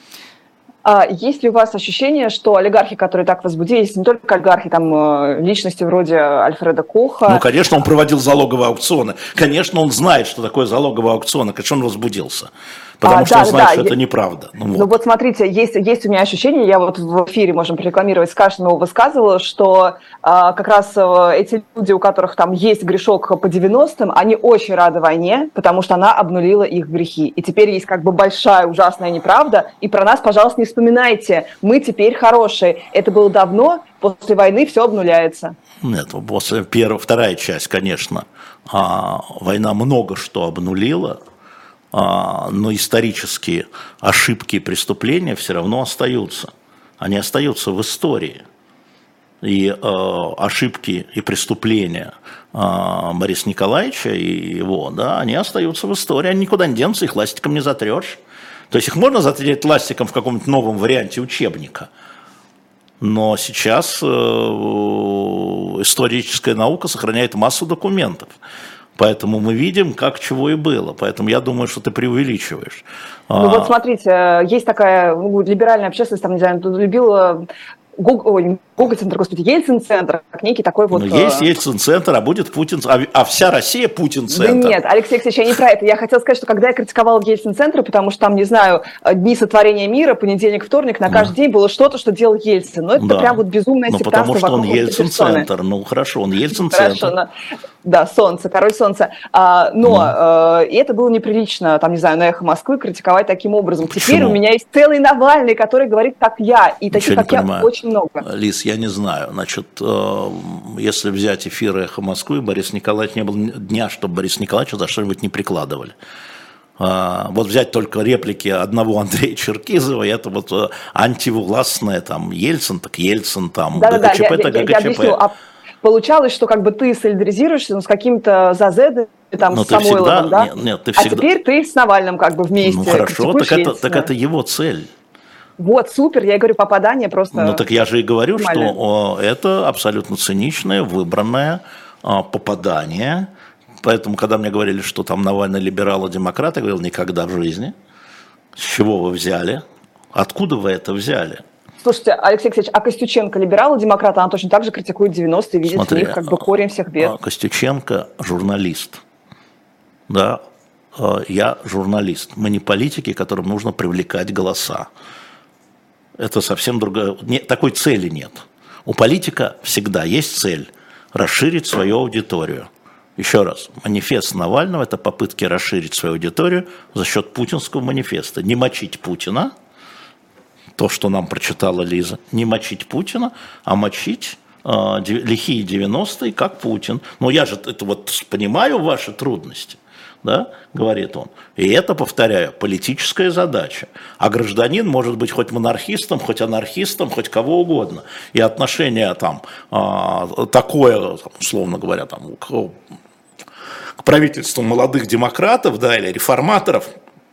А есть ли у вас ощущение, что олигархи, которые так возбудились, не только олигархи, там личности вроде Альфреда Коха... Ну, конечно, он проводил залоговые аукционы. Конечно, он знает, что такое залоговые аукционы. Конечно, он возбудился. Потому а, что да, он знает, да, что я... это неправда. Ну вот. ну вот смотрите, есть, есть у меня ощущение, я вот в эфире, можем порекламировать, с Кашиным высказывала, что а, как раз а, эти люди, у которых там есть грешок по девяностым, они очень рады войне, потому что она обнулила их грехи. И теперь есть как бы большая ужасная неправда, и про нас, пожалуйста, не вспоминайте, мы теперь хорошие. Это было давно, после войны все обнуляется. Нет, после первой, вторая часть, конечно, а, война много что обнулила, но исторические ошибки и преступления все равно остаются. Они остаются в истории. И э, ошибки и преступления э, Бориса Николаевича и его, да, они остаются в истории. Они никуда не денутся, их ластиком не затрешь. То есть их можно затереть ластиком в каком-нибудь новом варианте учебника. Но сейчас э, историческая наука сохраняет массу документов. Поэтому мы видим, как чего и было. Поэтому я думаю, что ты преувеличиваешь. Ну вот смотрите, есть такая ну, либеральная общественность, там, не знаю, любила Google-центр, господи, Ельцин-центр, как некий такой вот... Ну, есть Ельцин-центр, а будет Путин, а, а вся Россия Путин-центр. Да нет, Алексей Алексеевич, я не про это. Я хотела сказать, что когда я критиковала Ельцин-центр, потому что там, не знаю, дни сотворения мира, понедельник, вторник, на каждый да. день было что-то, что делал Ельцин. Но это да. прям вот безумное ну, сектантство потому что он Ельцин-центр. Ну, хорошо, он Ельцин-центр. Хорошо, да, солнце, король солнца. А, но а, и это было неприлично, там, не знаю, на «Эхо Москвы» критиковать таким образом. Почему? Теперь у меня есть целый Навальный, который говорит, как я, и таких, как я, очень много. Лиз, я не знаю. Значит, если взять эфир «Эхо Москвы», Борис Николаевич, не было дня, чтобы Борис Николаевича за что-нибудь не прикладывали. Вот взять только реплики одного Андрея Черкизова, это вот антивластное, там, Ельцин, так Ельцин, там, ГКЧП, я, так ГКЧП. Я, я объясню, а получалось, что как бы ты солидаризируешься ну, с каким-то Зазедом, там, но с Самойловым, всегда, да? Нет, нет, ты всегда... А теперь ты с Навальным как бы вместе. Ну хорошо, так это, так это его цель. Вот, супер, я говорю, попадание просто... Ну так я же и говорю, нормально. Что о, это абсолютно циничное, выбранное о, попадание. Поэтому, когда мне говорили, что там Навальный либерал и демократ, я говорил, никогда в жизни. С чего вы взяли? Откуда вы это взяли? Слушайте, Алексей Алексеевич, а Костюченко либерал и демократ, она точно так же критикует девяностые, видит Смотри, в них как бы корень всех бед. Костюченко журналист. Да, я журналист. Мы не политики, которым нужно привлекать голоса. Это совсем другая... Нет, такой цели нет. У политика всегда есть цель расширить свою аудиторию. Еще раз, манифест Навального – это попытки расширить свою аудиторию за счет путинского манифеста. Не мочить Путина, то, что нам прочитала Лиза, не мочить Путина, а мочить э, лихие девяностые, как Путин. Но я же это вот понимаю ваши трудности, да, говорит он. И это, повторяю, политическая задача. А гражданин может быть хоть монархистом, хоть анархистом, хоть кого угодно. И отношение там э, такое, условно говоря, там, к, к правительству молодых демократов, да, или реформаторов,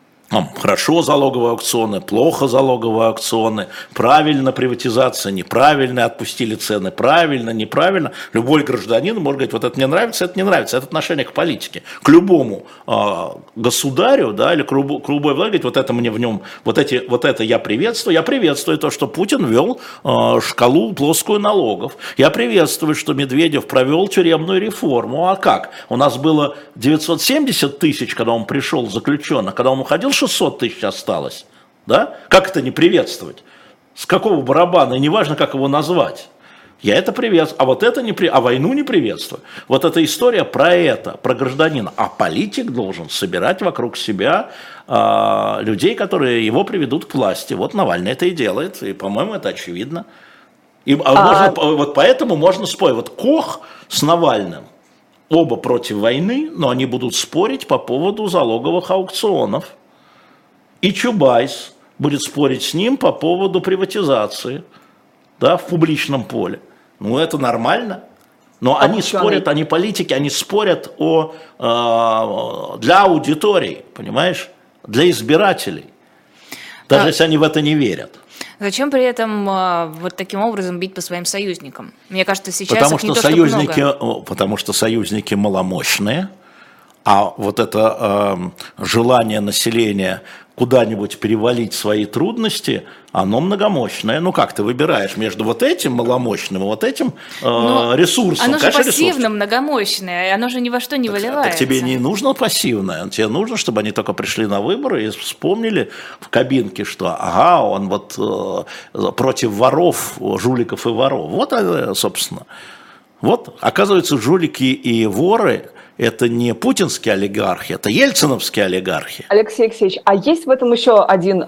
хорошо залоговые аукционы, плохо залоговые аукционы, правильно приватизация, неправильно, отпустили цены, правильно, неправильно. Любой гражданин может говорить, вот это мне нравится, это не нравится. Это отношение к политике. К любому э, государю, да, или к, любо, к любой власти, говорить, вот это мне в нем, вот, эти, вот это я приветствую. Я приветствую то, что Путин ввел э, шкалу плоскую налогов. Я приветствую, что Медведев провел тюремную реформу. А как? У нас было девятьсот семьдесят тысяч, когда он пришел заключенных, когда он уходил, шестьсот тысяч осталось, да? Как это не приветствовать? С какого барабана, и неважно, как его назвать. Я это приветствую, а вот это не при... а войну не приветствую. Вот эта история про это, про гражданина. А политик должен собирать вокруг себя э, людей, которые его приведут к власти. Вот Навальный это и делает, и, по-моему, это очевидно. И, а а... Можно, вот поэтому можно спорить. Вот Кох с Навальным, оба против войны, но они будут спорить по поводу залоговых аукционов. И Чубайс будет спорить с ним по поводу приватизации, да, в публичном поле. Ну, это нормально. Но а они спорят, они политики, они спорят о, э, для аудитории, понимаешь, для избирателей, даже а... если они в это не верят. Зачем при этом э, вот таким образом бить по своим союзникам? Мне кажется, сейчас потому их не что то, союзники, много. Потому что союзники маломощные, а вот это э, желание населения куда-нибудь перевалить свои трудности, оно многомощное. Ну как ты выбираешь между вот этим маломощным и вот этим э, ресурсом? Оно же пассивно многомощное, оно же ни во что не так, выливается. Так тебе не нужно пассивное, тебе нужно, чтобы они только пришли на выборы и вспомнили в кабинке, что ага, он вот э, против воров, жуликов и воров. Вот, собственно. Вот, оказывается, жулики и воры – это не путинские олигархи, это ельциновские олигархи. Алексей Алексеевич, а есть в этом еще один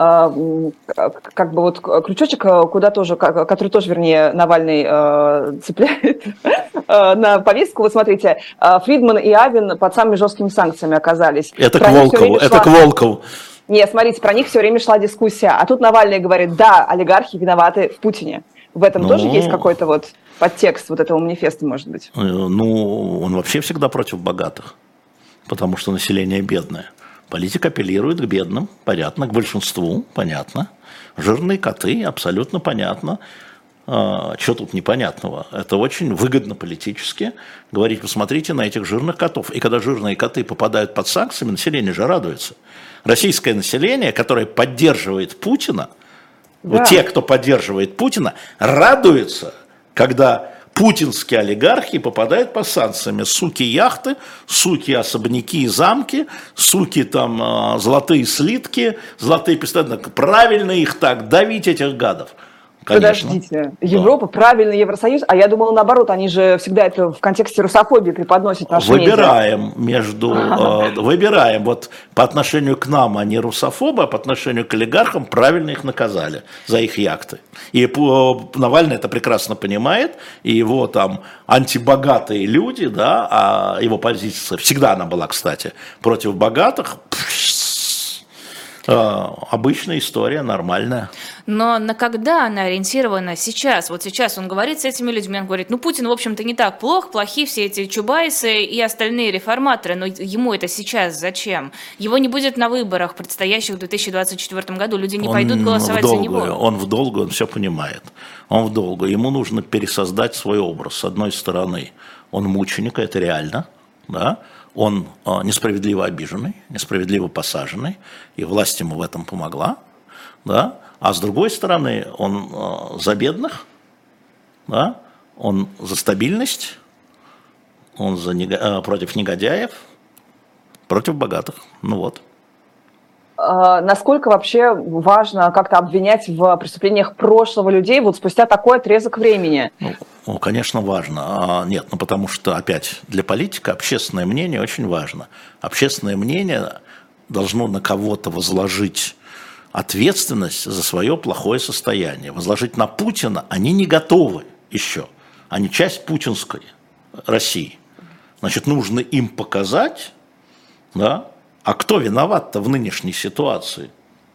как бы вот крючочек, куда тоже, который тоже, вернее, Навальный цепляет на повестку? Вот смотрите, Фридман и Авен под самыми жесткими санкциями оказались. Это к Волкову, это к Волкову. Нет, смотрите, про них все время шла дискуссия. А тут Навальный говорит, да, олигархи виноваты в Путине. В этом ну, тоже есть какой-то вот подтекст вот этого манифеста, может быть? Ну, он вообще всегда против богатых, потому что население бедное. Политик апеллирует к бедным, понятно, к большинству, понятно. Жирные коты, абсолютно понятно. А, что тут непонятного? Это очень выгодно политически говорить, посмотрите на этих жирных котов. И когда жирные коты попадают под санкциями, население же радуется. Российское население, которое поддерживает Путина, да. Вот те, кто поддерживает Путина, радуются, когда путинские олигархи попадают под санкциями. Суки яхты, суки особняки и замки, суки там золотые слитки, золотые пистолеты. Правильно их так, давить этих гадов. Конечно. Подождите, Европа, да. Правильно, Евросоюз, а я думала наоборот, они же всегда это в контексте русофобии преподносят наши Выбираем медиа. между, э, выбираем, вот по отношению к нам они русофобы, а по отношению к олигархам правильно их наказали за их яхты. И Навальный это прекрасно понимает, и его там антибогатые люди, да, а его позиция, всегда она была, кстати, против богатых, обычная история, нормальная. Но на когда она ориентирована сейчас? Вот сейчас он говорит с этими людьми, он говорит, ну Путин, в общем-то, не так плох, плохи все эти чубайсы и остальные реформаторы, но ему это сейчас зачем? Его не будет на выборах, предстоящих в две тысячи двадцать четвёртом году, люди не он пойдут голосовать за него. Он в долгую, он все понимает. Он в долгую. Ему нужно пересоздать свой образ. С одной стороны, он мученик, это реально, да? Он э, несправедливо обиженный, несправедливо посаженный, и власть ему в этом помогла, да? А с другой стороны, он э, за бедных, да? Он за стабильность, он за нег... э, против негодяев, против богатых. Ну вот. Насколько вообще важно как-то обвинять в преступлениях прошлого людей вот спустя такой отрезок времени? Ну, ну конечно, важно. А, нет, ну потому что, опять, для политика общественное мнение очень важно. Общественное мнение должно на кого-то возложить ответственность за свое плохое состояние. Возложить на Путина они не готовы еще. Они часть путинской России. Значит, нужно им показать, да, а кто виноват-то в нынешней ситуации?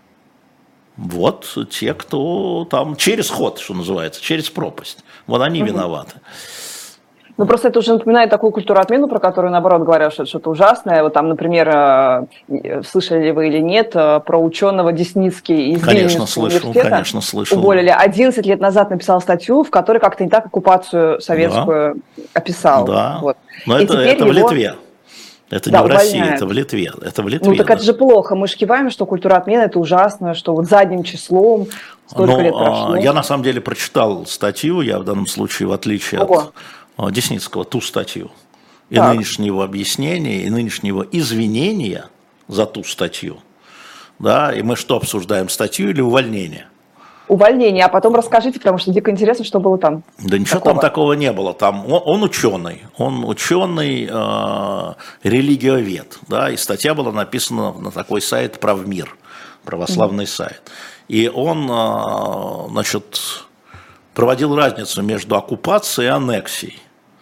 Вот те, кто там через ход, что называется, через пропасть. Вот они угу. виноваты. Ну, просто это уже напоминает такую культуру отмену, про которую, наоборот, говорят, что это что-то ужасное. Вот там, например, слышали ли вы или нет, про ученого Десницкий из Вильнюсского университета. Конечно, слышал. Уволили. одиннадцать лет назад написал статью, в которой как-то не так оккупацию советскую да. описал. Да, вот. но это, это его... в Литве. Это да, не в России, увольняют. это в Литве. Это в Литве. Ну, так да. это же плохо. Мы же киваем, что культура отмены – это ужасно, что вот задним числом столько но, лет прошло. Я, на самом деле, прочитал статью, я в данном случае, в отличие Ого. от Десницкого, ту статью, и так. нынешнего объяснения, и нынешнего извинения за ту статью. Да, и мы что обсуждаем, статью или увольнение? Увольнение, а потом расскажите, потому что дико интересно, что было там. Да ничего такого. Там такого не было. Там он, он ученый, он ученый, э, религиовед, да, и статья была написана на такой сайт «Правмир», православный mm-hmm. сайт. И он, э, значит, проводил разницу между оккупацией и аннексией,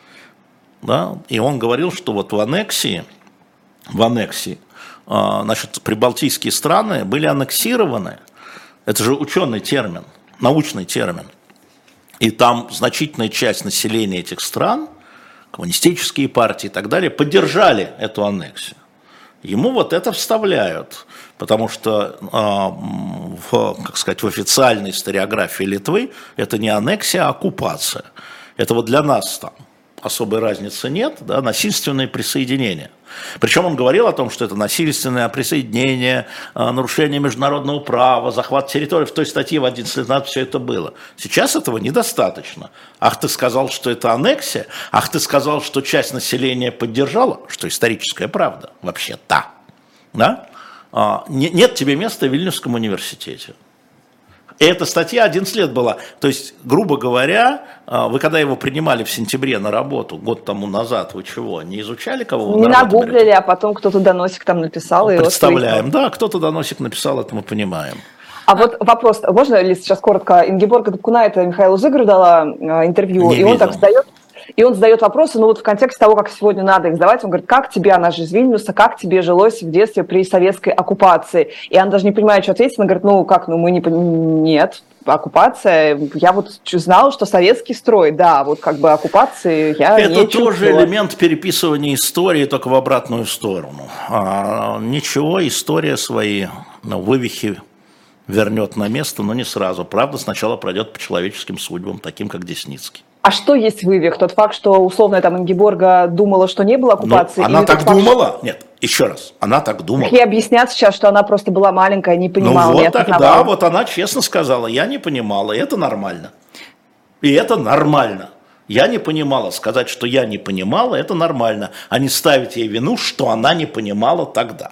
да, и он говорил, что вот в аннексии, в аннексии, э, значит, прибалтийские страны были аннексированы. Это же ученый термин, научный термин. И там значительная часть населения этих стран, коммунистические партии и так далее, поддержали эту аннексию. Ему вот это вставляют, потому что э, в, как сказать, в официальной историографии Литвы это не аннексия, а оккупация. Это вот для нас там особой разницы нет, да, насильственное присоединение. Причем он говорил о том, что это насильственное присоединение, нарушение международного права, захват территории. В той статье в одиннадцать лет назад все это было. Сейчас этого недостаточно. Ах, ты сказал, что это аннексия? Ах, ты сказал, что часть населения поддержала? Что историческая правда вообще-то. Да? Нет тебе места в Вильнюсском университете. И эта статья одиннадцать лет была. То есть, грубо говоря, вы когда его принимали в сентябре на работу, год тому назад, вы чего, не изучали, кого вы не на работу нагуглили, берете? А потом кто-то доносик там написал. Ну, представляем, да, кто-то доносик написал, это мы понимаем. А, а вот вопрос, можно ли сейчас коротко? Ингеборга Дапкуна, это Михаилу Зыгорю дала интервью, не и видел. Он так задает. И он задает вопросы, ну вот в контексте того, как сегодня надо их задавать, он говорит, как тебе, она же из Вильнюса, как тебе жилось в детстве при советской оккупации? И она даже не понимает, что ответить, она говорит, ну как, ну мы не нет, оккупация, я вот знала, что советский строй, да, вот как бы оккупации я это не тоже чувствовала. Элемент переписывания истории, только в обратную сторону. А, ничего, история свои ну, вывихи вернет на место, но не сразу. Правда, сначала пройдет по человеческим судьбам, таким как Десницкий. А что есть вывих? Тот факт, что условно там Ингеборга думала, что не было оккупации? Ну, она так факт, думала? Что... Нет, еще раз, она так думала. Ей объяснят сейчас, что она просто была маленькая, не понимала. Ну вот тогда вот она честно сказала, я не понимала, и это нормально. И это нормально. Я не понимала. Сказать, что я не понимала, это нормально. А не ставить ей вину, что она не понимала тогда.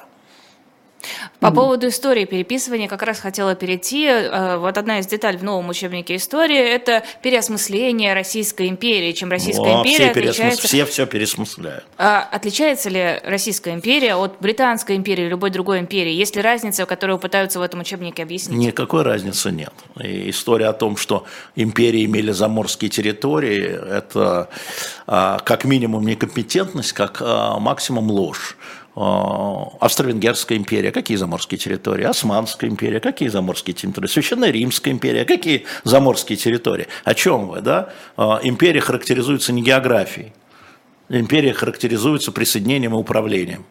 По mm-hmm. поводу истории переписывания как раз хотела перейти. Вот одна из деталей в новом учебнике истории – это переосмысление Российской империи. Чем Российская О, империя все отличается… Все все пересмысляют. Отличается ли Российская империя от Британской империи или любой другой империи? Есть ли разница, которую пытаются в этом учебнике объяснить? Никакой разницы нет. И история о том, что империи имели заморские территории – это как минимум некомпетентность, как максимум ложь. Австро-Венгерская империя, какие заморские территории? Османская империя, какие заморские территории? Священная Римская империя, какие заморские территории? О чем вы, да? Империя характеризуется не географией, империя характеризуется присоединением и управлением.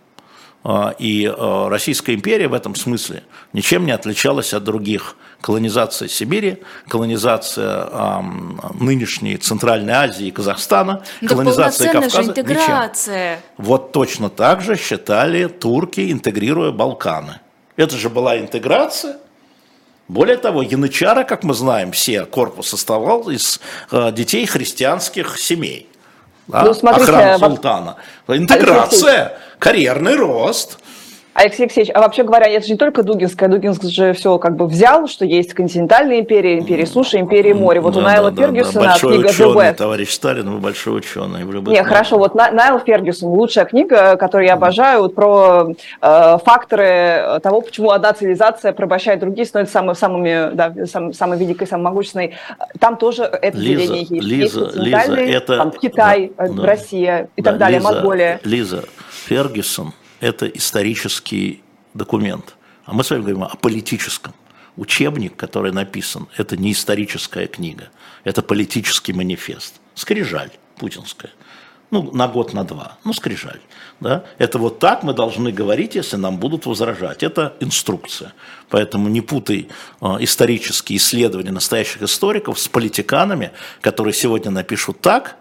И Российская империя в этом смысле ничем не отличалась от других. Колонизация Сибири, колонизация э, нынешней Центральной Азии и Казахстана, да колонизация Кавказа. Же интеграция. Ничем. Вот точно так же считали турки, интегрируя Балканы. Это же была интеграция. Более того, янычары, как мы знаем, все корпус состоял из э, детей христианских семей. Да? Ну, смотрите, охрана султана. Интеграция, карьерный рост. Алексей Алексеевич, а вообще говоря, это же не только Дугинская. Дугинск же все как бы взял, что есть континентальная империя, империя суши, империя моря. Вот да, у Найла да, Фергюсона да, большой книга ученый, «The West». Товарищ Сталин, вы большой ученый. Не, хорошо, вот Найл Фергюсон, лучшая книга, которую я обожаю, вот про э, факторы того, почему одна цивилизация порабощает другие, становится самой, самыми, да, сам, самой великой, самой могущественной. Там тоже это Лиза, деление есть. Лиза, есть Лиза, это... там, Китай, да, Россия и да, так далее, Лиза, Монголия. Лиза, Фергюсон – это исторический документ. А мы с вами говорим о политическом. Учебник, который написан, это не историческая книга, это политический манифест. Скрижаль путинская. Ну, на год, на два. Ну, скрижаль. Да? Это вот так мы должны говорить, если нам будут возражать. Это инструкция. Поэтому не путай э, исторические исследования настоящих историков с политиканами, которые сегодня напишут так,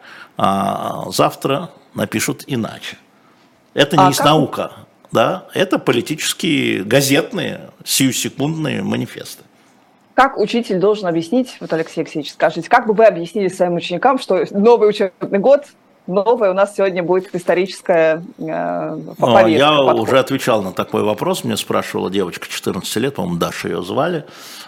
а завтра напишут иначе. Это не а из как... наука. Да, это политические, газетные, сиюсекундные манифесты. Как учитель должен объяснить, вот Алексей Алексеевич, скажите, как бы вы объяснили своим ученикам, что новый учебный год, новое у нас сегодня будет историческая э, повестка? Я подход. уже отвечал на такой вопрос, мне спрашивала девочка четырнадцати лет, по-моему, Даша ее звали.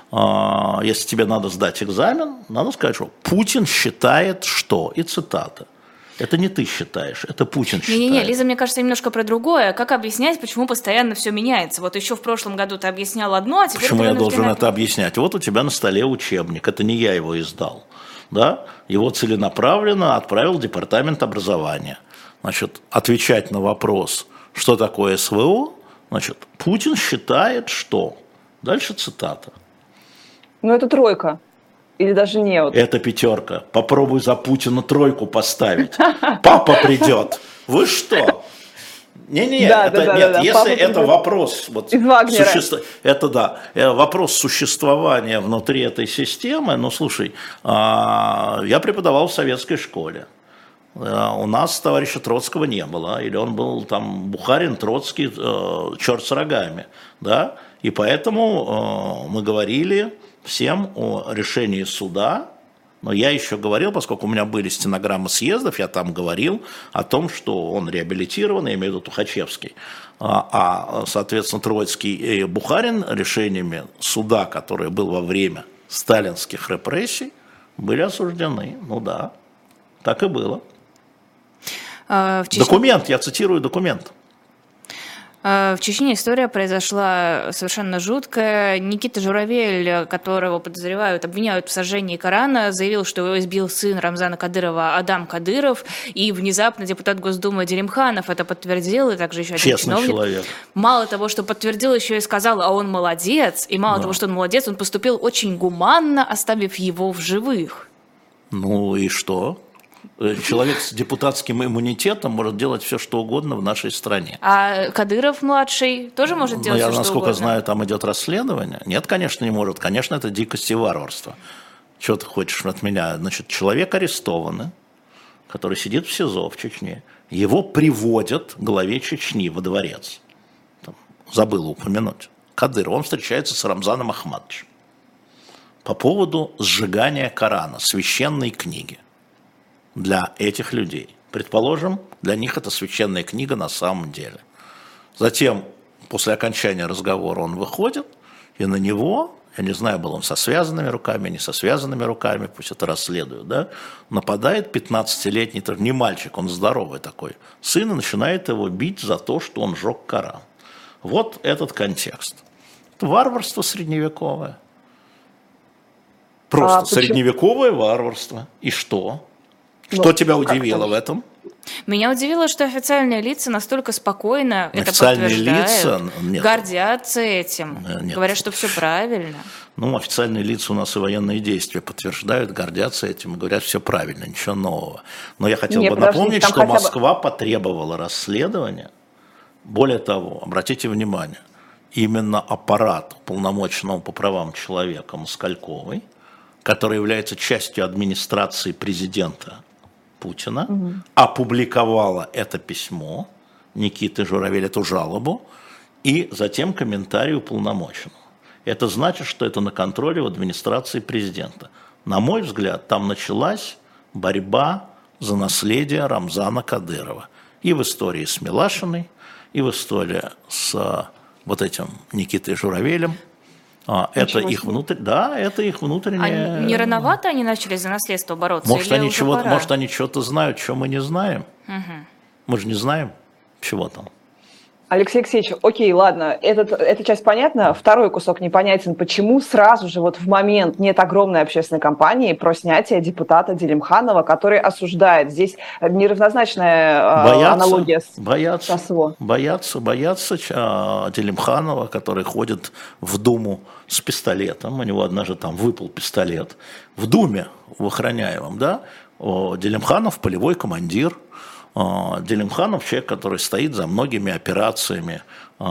Если тебе надо сдать экзамен, надо сказать, что Путин считает, что, и цитата. Это не ты считаешь, это Путин считает. Не-не-не, Лиза, мне кажется, немножко про другое. Как объяснять, почему постоянно все меняется? Вот еще в прошлом году ты объяснял одно, а теперь... Почему я должен это объяснять? Вот у тебя на столе учебник, это не я его издал. Да? Его целенаправленно отправил Департамент образования. Значит, отвечать на вопрос, что такое СВО, значит, Путин считает, что... Дальше цитата. Ну, это тройка. Или даже не вот. Это пятерка. Попробуй за Путина тройку поставить. Папа придет. Вы что? Не-не, да, это, да, да, нет, да, если папа это придет. Вопрос, вот, суще... это да, вопрос существования внутри этой системы, ну слушай, я преподавал в советской школе. У нас товарища Троцкого не было, или он был там Бухарин, Троцкий, черт с рогами, да, и поэтому мы говорили всем о решении суда, но я еще говорил, поскольку у меня были стенограммы съездов, я там говорил о том, что он реабилитирован, я имею в виду Тухачевский, а, соответственно, Троцкий и Бухарин решениями суда, который был во время сталинских репрессий, были осуждены. Ну да, так и было. А, в Чечне... Документ, я цитирую документ. В Чечне история произошла совершенно жуткая. Никита Журавель, которого подозревают, обвиняют в сожжении Корана, заявил, что его избил сын Рамзана Кадырова Адам Кадыров, и внезапно депутат Госдумы Делимханов это подтвердил, и также еще один Честный чиновник. Человек. Мало того, что подтвердил, еще и сказал, а он молодец, и мало да. того, что он молодец, он поступил очень гуманно, оставив его в живых. Ну и что? Человек с депутатским иммунитетом может делать все, что угодно в нашей стране. А Кадыров-младший тоже может делать я, все, что насколько угодно? знаю, там идет расследование. Нет, конечно, не может. Конечно, это дикость и варварство. Что ты хочешь от меня? Значит, человек арестованный, который сидит в СИЗО в Чечне. Его приводят к главе Чечни во дворец. Там, забыла упомянуть. Кадыров. Он встречается с Рамзаном Ахмадовичем по поводу сжигания Корана, священной книги. Для этих людей. Предположим, для них это священная книга на самом деле. Затем, после окончания разговора, он выходит, и на него, я не знаю, был он со связанными руками, не со связанными руками, пусть это расследуют, да, нападает пятнадцатилетний, не мальчик, он здоровый такой, сын, и начинает его бить за то, что он сжег Коран. Вот этот контекст. Это варварство средневековое. Просто а, средневековое варварство. И что? Что ну, тебя удивило в этом? Меня удивило, что официальные лица настолько спокойно официальные это подтверждают, лица, нет. гордятся этим, нет. говорят, что все правильно. Ну, официальные лица у нас и военные действия подтверждают, гордятся этим, говорят, все правильно, ничего нового. Но я хотел нет, бы напомнить, что Москва бы... потребовала расследования. Более того, обратите внимание, именно аппарат уполномоченного по правам человека Москальковой, который является частью администрации президента Путина, угу. опубликовала это письмо Никиты Журавеля, эту жалобу, и затем комментарий уполномоченного. Это значит, что это на контроле в администрации президента. На мой взгляд, там началась борьба за наследие Рамзана Кадырова. И в истории с Милашиной, и в истории с вот этим Никитой Журавелем. А, это их внутрь, да, это их внутреннее. А не рановато они начали за наследство бороться? Может, или они уже чего, пора? может, они чего-то знают, чего мы не знаем. Угу. Мы же не знаем, чего там. Алексей Алексеевич, окей, ладно, этот, эта часть понятна. Второй кусок непонятен. Почему сразу же вот в момент нет огромной общественной кампании про снятие депутата Делимханова, который осуждает? Здесь неравнозначная боятся, аналогия с боятся, СВО. Боятся, боятся Делимханова, который ходит в Думу с пистолетом. У него однажды там выпал пистолет. В Думе, в охраняемом, да? Делимханов полевой командир. Делимханов человек, который стоит за многими операциями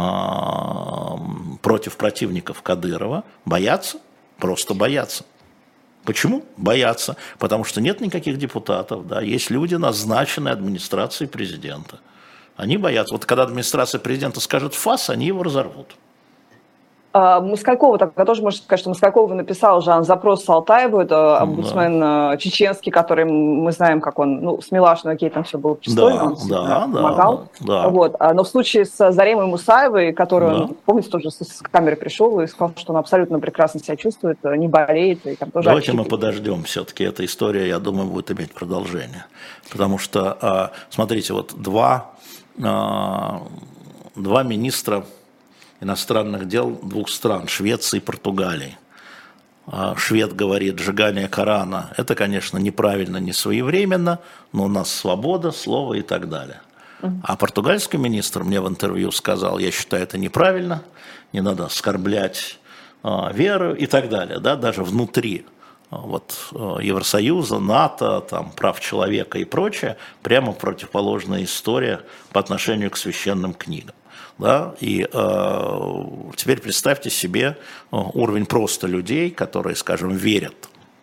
против противников Кадырова. Боятся? Просто боятся. Почему? Боятся. Потому что нет никаких депутатов, да, есть люди, назначенные администрацией президента. Они боятся. Вот когда администрация президента скажет «фас», они его разорвут. Москалькова, тогда тоже можно сказать, что Москалькова написал Жан запрос Салтаеву, это омбудсмен да. чеченский, который мы знаем, как он, ну, с Милашиной, окей, там все было пристойно, да, он да, помогал. Да, да. Вот. Но в случае с Заремой Мусаевой, который, да. помните, тоже с камеры пришел и сказал, что он абсолютно прекрасно себя чувствует, не болеет. И там тоже Давайте отчитывает. мы подождем все-таки, эта история, я думаю, будет иметь продолжение. Потому что, смотрите, вот два, два министра иностранных дел двух стран, Швеции и Португалии. Швед говорит, сжигание Корана, это, конечно, неправильно, не своевременно, но у нас свобода, слово и так далее. А португальский министр мне в интервью сказал, я считаю это неправильно, не надо оскорблять веру и так далее, да, даже внутри вот, Евросоюза, НАТО, там, прав человека и прочее, прямо противоположная история по отношению к священным книгам. Да? И э, теперь представьте себе уровень просто людей, которые, скажем, верят,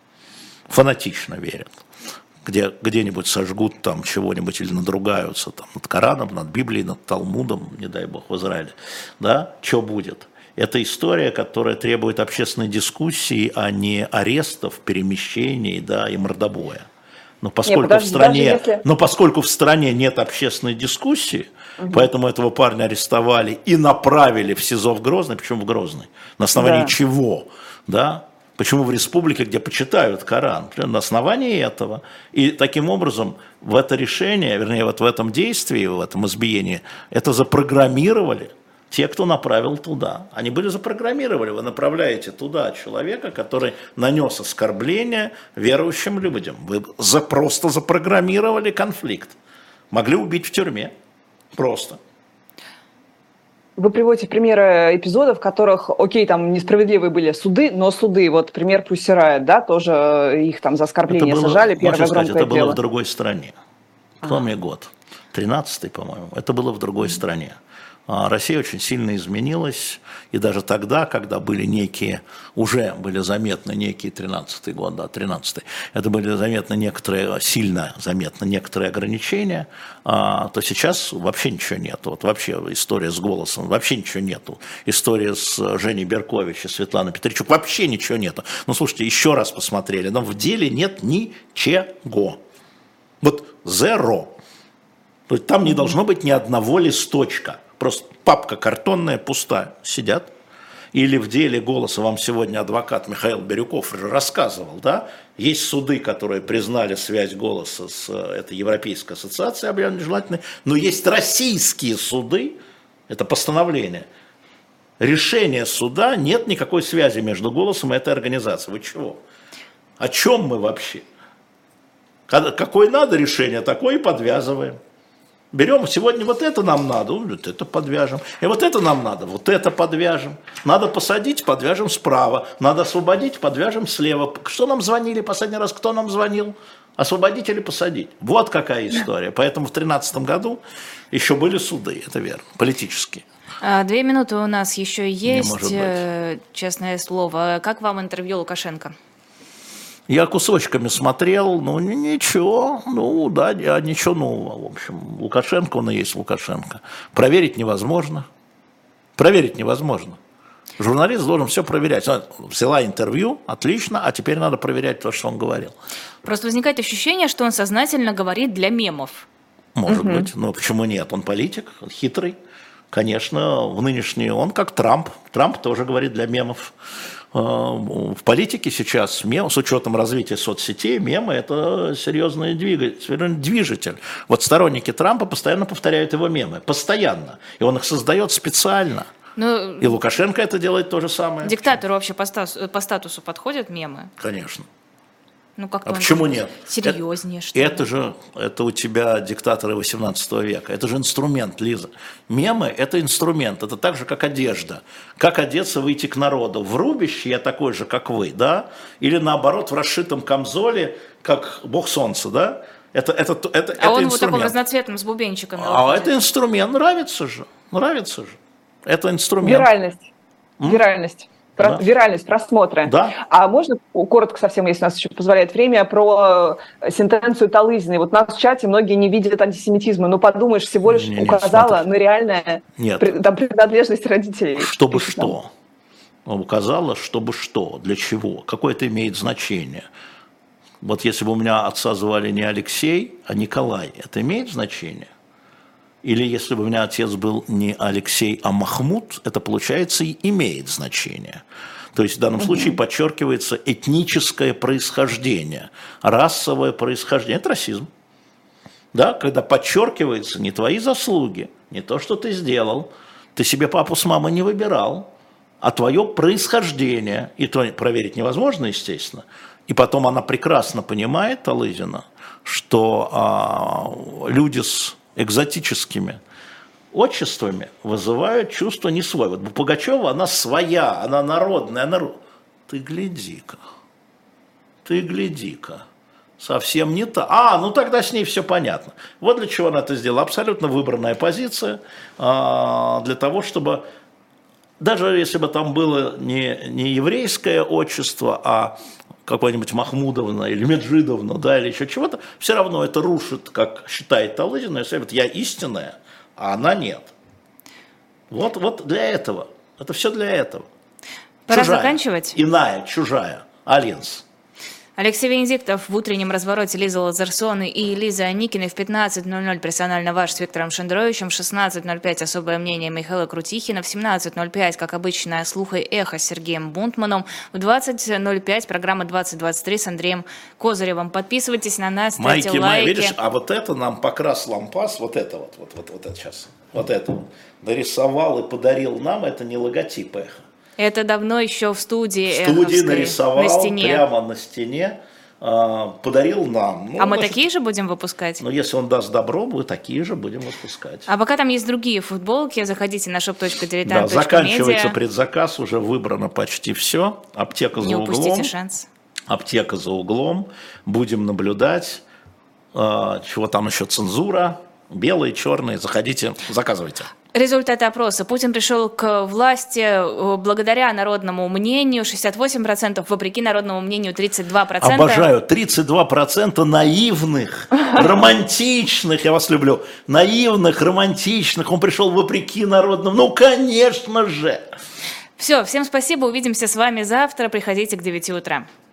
фанатично верят, где, где-нибудь сожгут там чего-нибудь или надругаются там, над Кораном, над Библией, над Талмудом, не дай бог, в Израиле. Да? Что будет? Это история, которая требует общественной дискуссии, а не арестов, перемещений, да, и мордобоя. Но поскольку, Нет, подожди, в стране, если... но поскольку в стране нет общественной дискуссии, угу. поэтому этого парня арестовали и направили в СИЗО в Грозный, почему в Грозный? На основании да. чего? Да? Почему в республике, где почитают Коран? На основании этого. И таким образом в это решение, вернее, вот в этом действии, в этом избиении, это запрограммировали те, кто направил туда. Они были запрограммированы. Вы направляете туда человека, который нанес оскорбление верующим людям. Вы за, просто запрограммировали конфликт. Могли убить в тюрьме. Просто. Вы приводите примеры эпизодов, в которых, окей, там несправедливые были суды, но суды, вот пример Pussy Riot, да, тоже их там за оскорбление было, сажали, первое сказать, громкое это дело. было в другой стране. Кто мне год? тринадцатый, по-моему. Это было в другой mm-hmm. стране. Россия очень сильно изменилась, и даже тогда, когда были некие, уже были заметны некие тринадцатый год, да, тринадцатый, это были заметны некоторые, сильно заметны некоторые ограничения, то сейчас вообще ничего нету. Вот вообще история с «Голосом», вообще ничего нету. История с Женей Беркович и Светланой Петричук, вообще ничего нету. Ну, слушайте, еще раз посмотрели, но в деле нет ничего. Вот zero. То есть там не должно быть ни одного листочка. Просто папка картонная, пустая, сидят. Или в деле «Голоса» вам сегодня адвокат Михаил Бирюков рассказывал, да? Есть суды, которые признали связь «Голоса» с этой Европейской ассоциацией объявленной желательной, но есть российские суды, это постановление. Решение суда, нет никакой связи между «Голосом» и этой организацией. Вы чего? О чем мы вообще? Какое надо решение, такое и подвязываем. Берем, сегодня вот это нам надо, вот это подвяжем. И вот это нам надо, вот это подвяжем. Надо посадить, подвяжем справа. Надо освободить, подвяжем слева. Что нам звонили последний раз? Кто нам звонил? Освободить или посадить? Вот какая история. Поэтому в тринадцатом году еще были суды, это верно, политические. Две минуты у нас еще есть, честное слово. Как вам интервью Лукашенко? Я кусочками смотрел, ну ничего, ну да, ничего нового, в общем. Лукашенко, он и есть Лукашенко. Проверить невозможно. Проверить невозможно. Журналист должен все проверять. Она взяла интервью, отлично, а теперь надо проверять то, что он говорил. Просто возникает ощущение, что он сознательно говорит для мемов. Может угу. быть, но почему нет? Он политик, он хитрый. Конечно, в нынешний он как Трамп. Трамп тоже говорит для мемов. В политике сейчас мем, с учетом развития соцсетей, мемы – это серьезный движитель. Вот сторонники Трампа постоянно повторяют его мемы. Постоянно. И он их создает специально. Ну, и Лукашенко это делает то же самое. Диктатору вообще по статусу, по статусу подходят мемы? Конечно. Ну, как а почему нет? Серьезнее, это, что ли? Это же, это у тебя диктаторы восемнадцатого века. Это же инструмент, Лиза. Мемы – это инструмент. Это так же, как одежда. Как одеться, выйти к народу. В рубище я такой же, как вы, да? Или наоборот, в расшитом камзоле, как бог солнца, да? Это, это, это, а это он инструмент. вот такой разноцветным, с бубенчиками. А выходит. Это инструмент. Нравится же. Нравится же. Это инструмент. Виральность. М? Виральность. Про, да. Виральность, просмотры. Да. А можно коротко совсем, если нас еще позволяет время, про сентенцию Талызиной? Вот у нас в чате многие не видят антисемитизма. Ну, подумаешь, всего лишь не, указала не, на реальную там, принадлежность родителей. Чтобы что? Указала, чтобы что? Для чего? Какое это имеет значение? Вот если бы у меня отца звали не Алексей, а Николай, это имеет значение? Или если бы у меня отец был не Алексей, а Махмуд, это, получается, и имеет значение. То есть в данном случае подчеркивается этническое происхождение, расовое происхождение. Это расизм. Да? Когда подчеркивается не твои заслуги, не то, что ты сделал, ты себе папу с мамой не выбирал, а твое происхождение. И то проверить невозможно, естественно. И потом она прекрасно понимает, Талызина, что а, люди с экзотическими отчествами вызывают чувство не свой. Вот Пугачева, она своя, она народная. Она... Ты гляди-ка, ты гляди-ка, совсем не та. А, ну тогда с ней все понятно. Вот для чего она это сделала. Абсолютно выбранная позиция а, для того, чтобы, даже если бы там было не, не еврейское отчество, а какой-нибудь Махмудовна или Меджидовна, да, или еще чего-то, все равно это рушит, как считает Талызина, если я истинная, а она нет. Вот, вот для этого. Это все для этого. Пора чужая, заканчивать. Иная, чужая. Альянс. Алексей Венедиктов в утреннем развороте, Лиза Лазарсон и Лиза Аникина в пятнадцать ноль ноль персонально ваш с Виктором Шендеровичем, в шестнадцать ноль пять особое мнение Михаила Крутихина, в семнадцать ноль пять, как обычно, слух и эхо с Сергеем Бунтманом, в двадцать ноль пять программа двадцать двадцать три с Андреем Козыревым. Подписывайтесь на нас, ставьте Майки, лайки. Май, видишь, а вот это нам покрас лампас, вот это вот, вот, вот, вот это сейчас, вот это вот, нарисовал и подарил нам, это не логотип эхо. Это давно еще в студии В студии Эховской, нарисовал на стене. Прямо на стене, э, подарил нам. Ну, а мы может, такие же будем выпускать? Ну, если он даст добро, мы такие же будем выпускать. А пока там есть другие футболки, заходите на шоп точка дилетант точка Да, заканчивается медиа. предзаказ, уже выбрано почти все. Аптека Не за упустите углом. шанс. Аптека за углом. Будем наблюдать. Э, чего там еще? Цензура. Белые, черные. Заходите, заказывайте. Результаты опроса. Путин пришел к власти благодаря народному мнению шестьдесят восемь процентов, вопреки народному мнению тридцать два процента. Обожаю. тридцать два процента наивных, романтичных, я вас люблю, наивных, романтичных. Он пришел вопреки народному. Ну, конечно же. Все, всем спасибо. Увидимся с вами завтра. Приходите к девяти утра.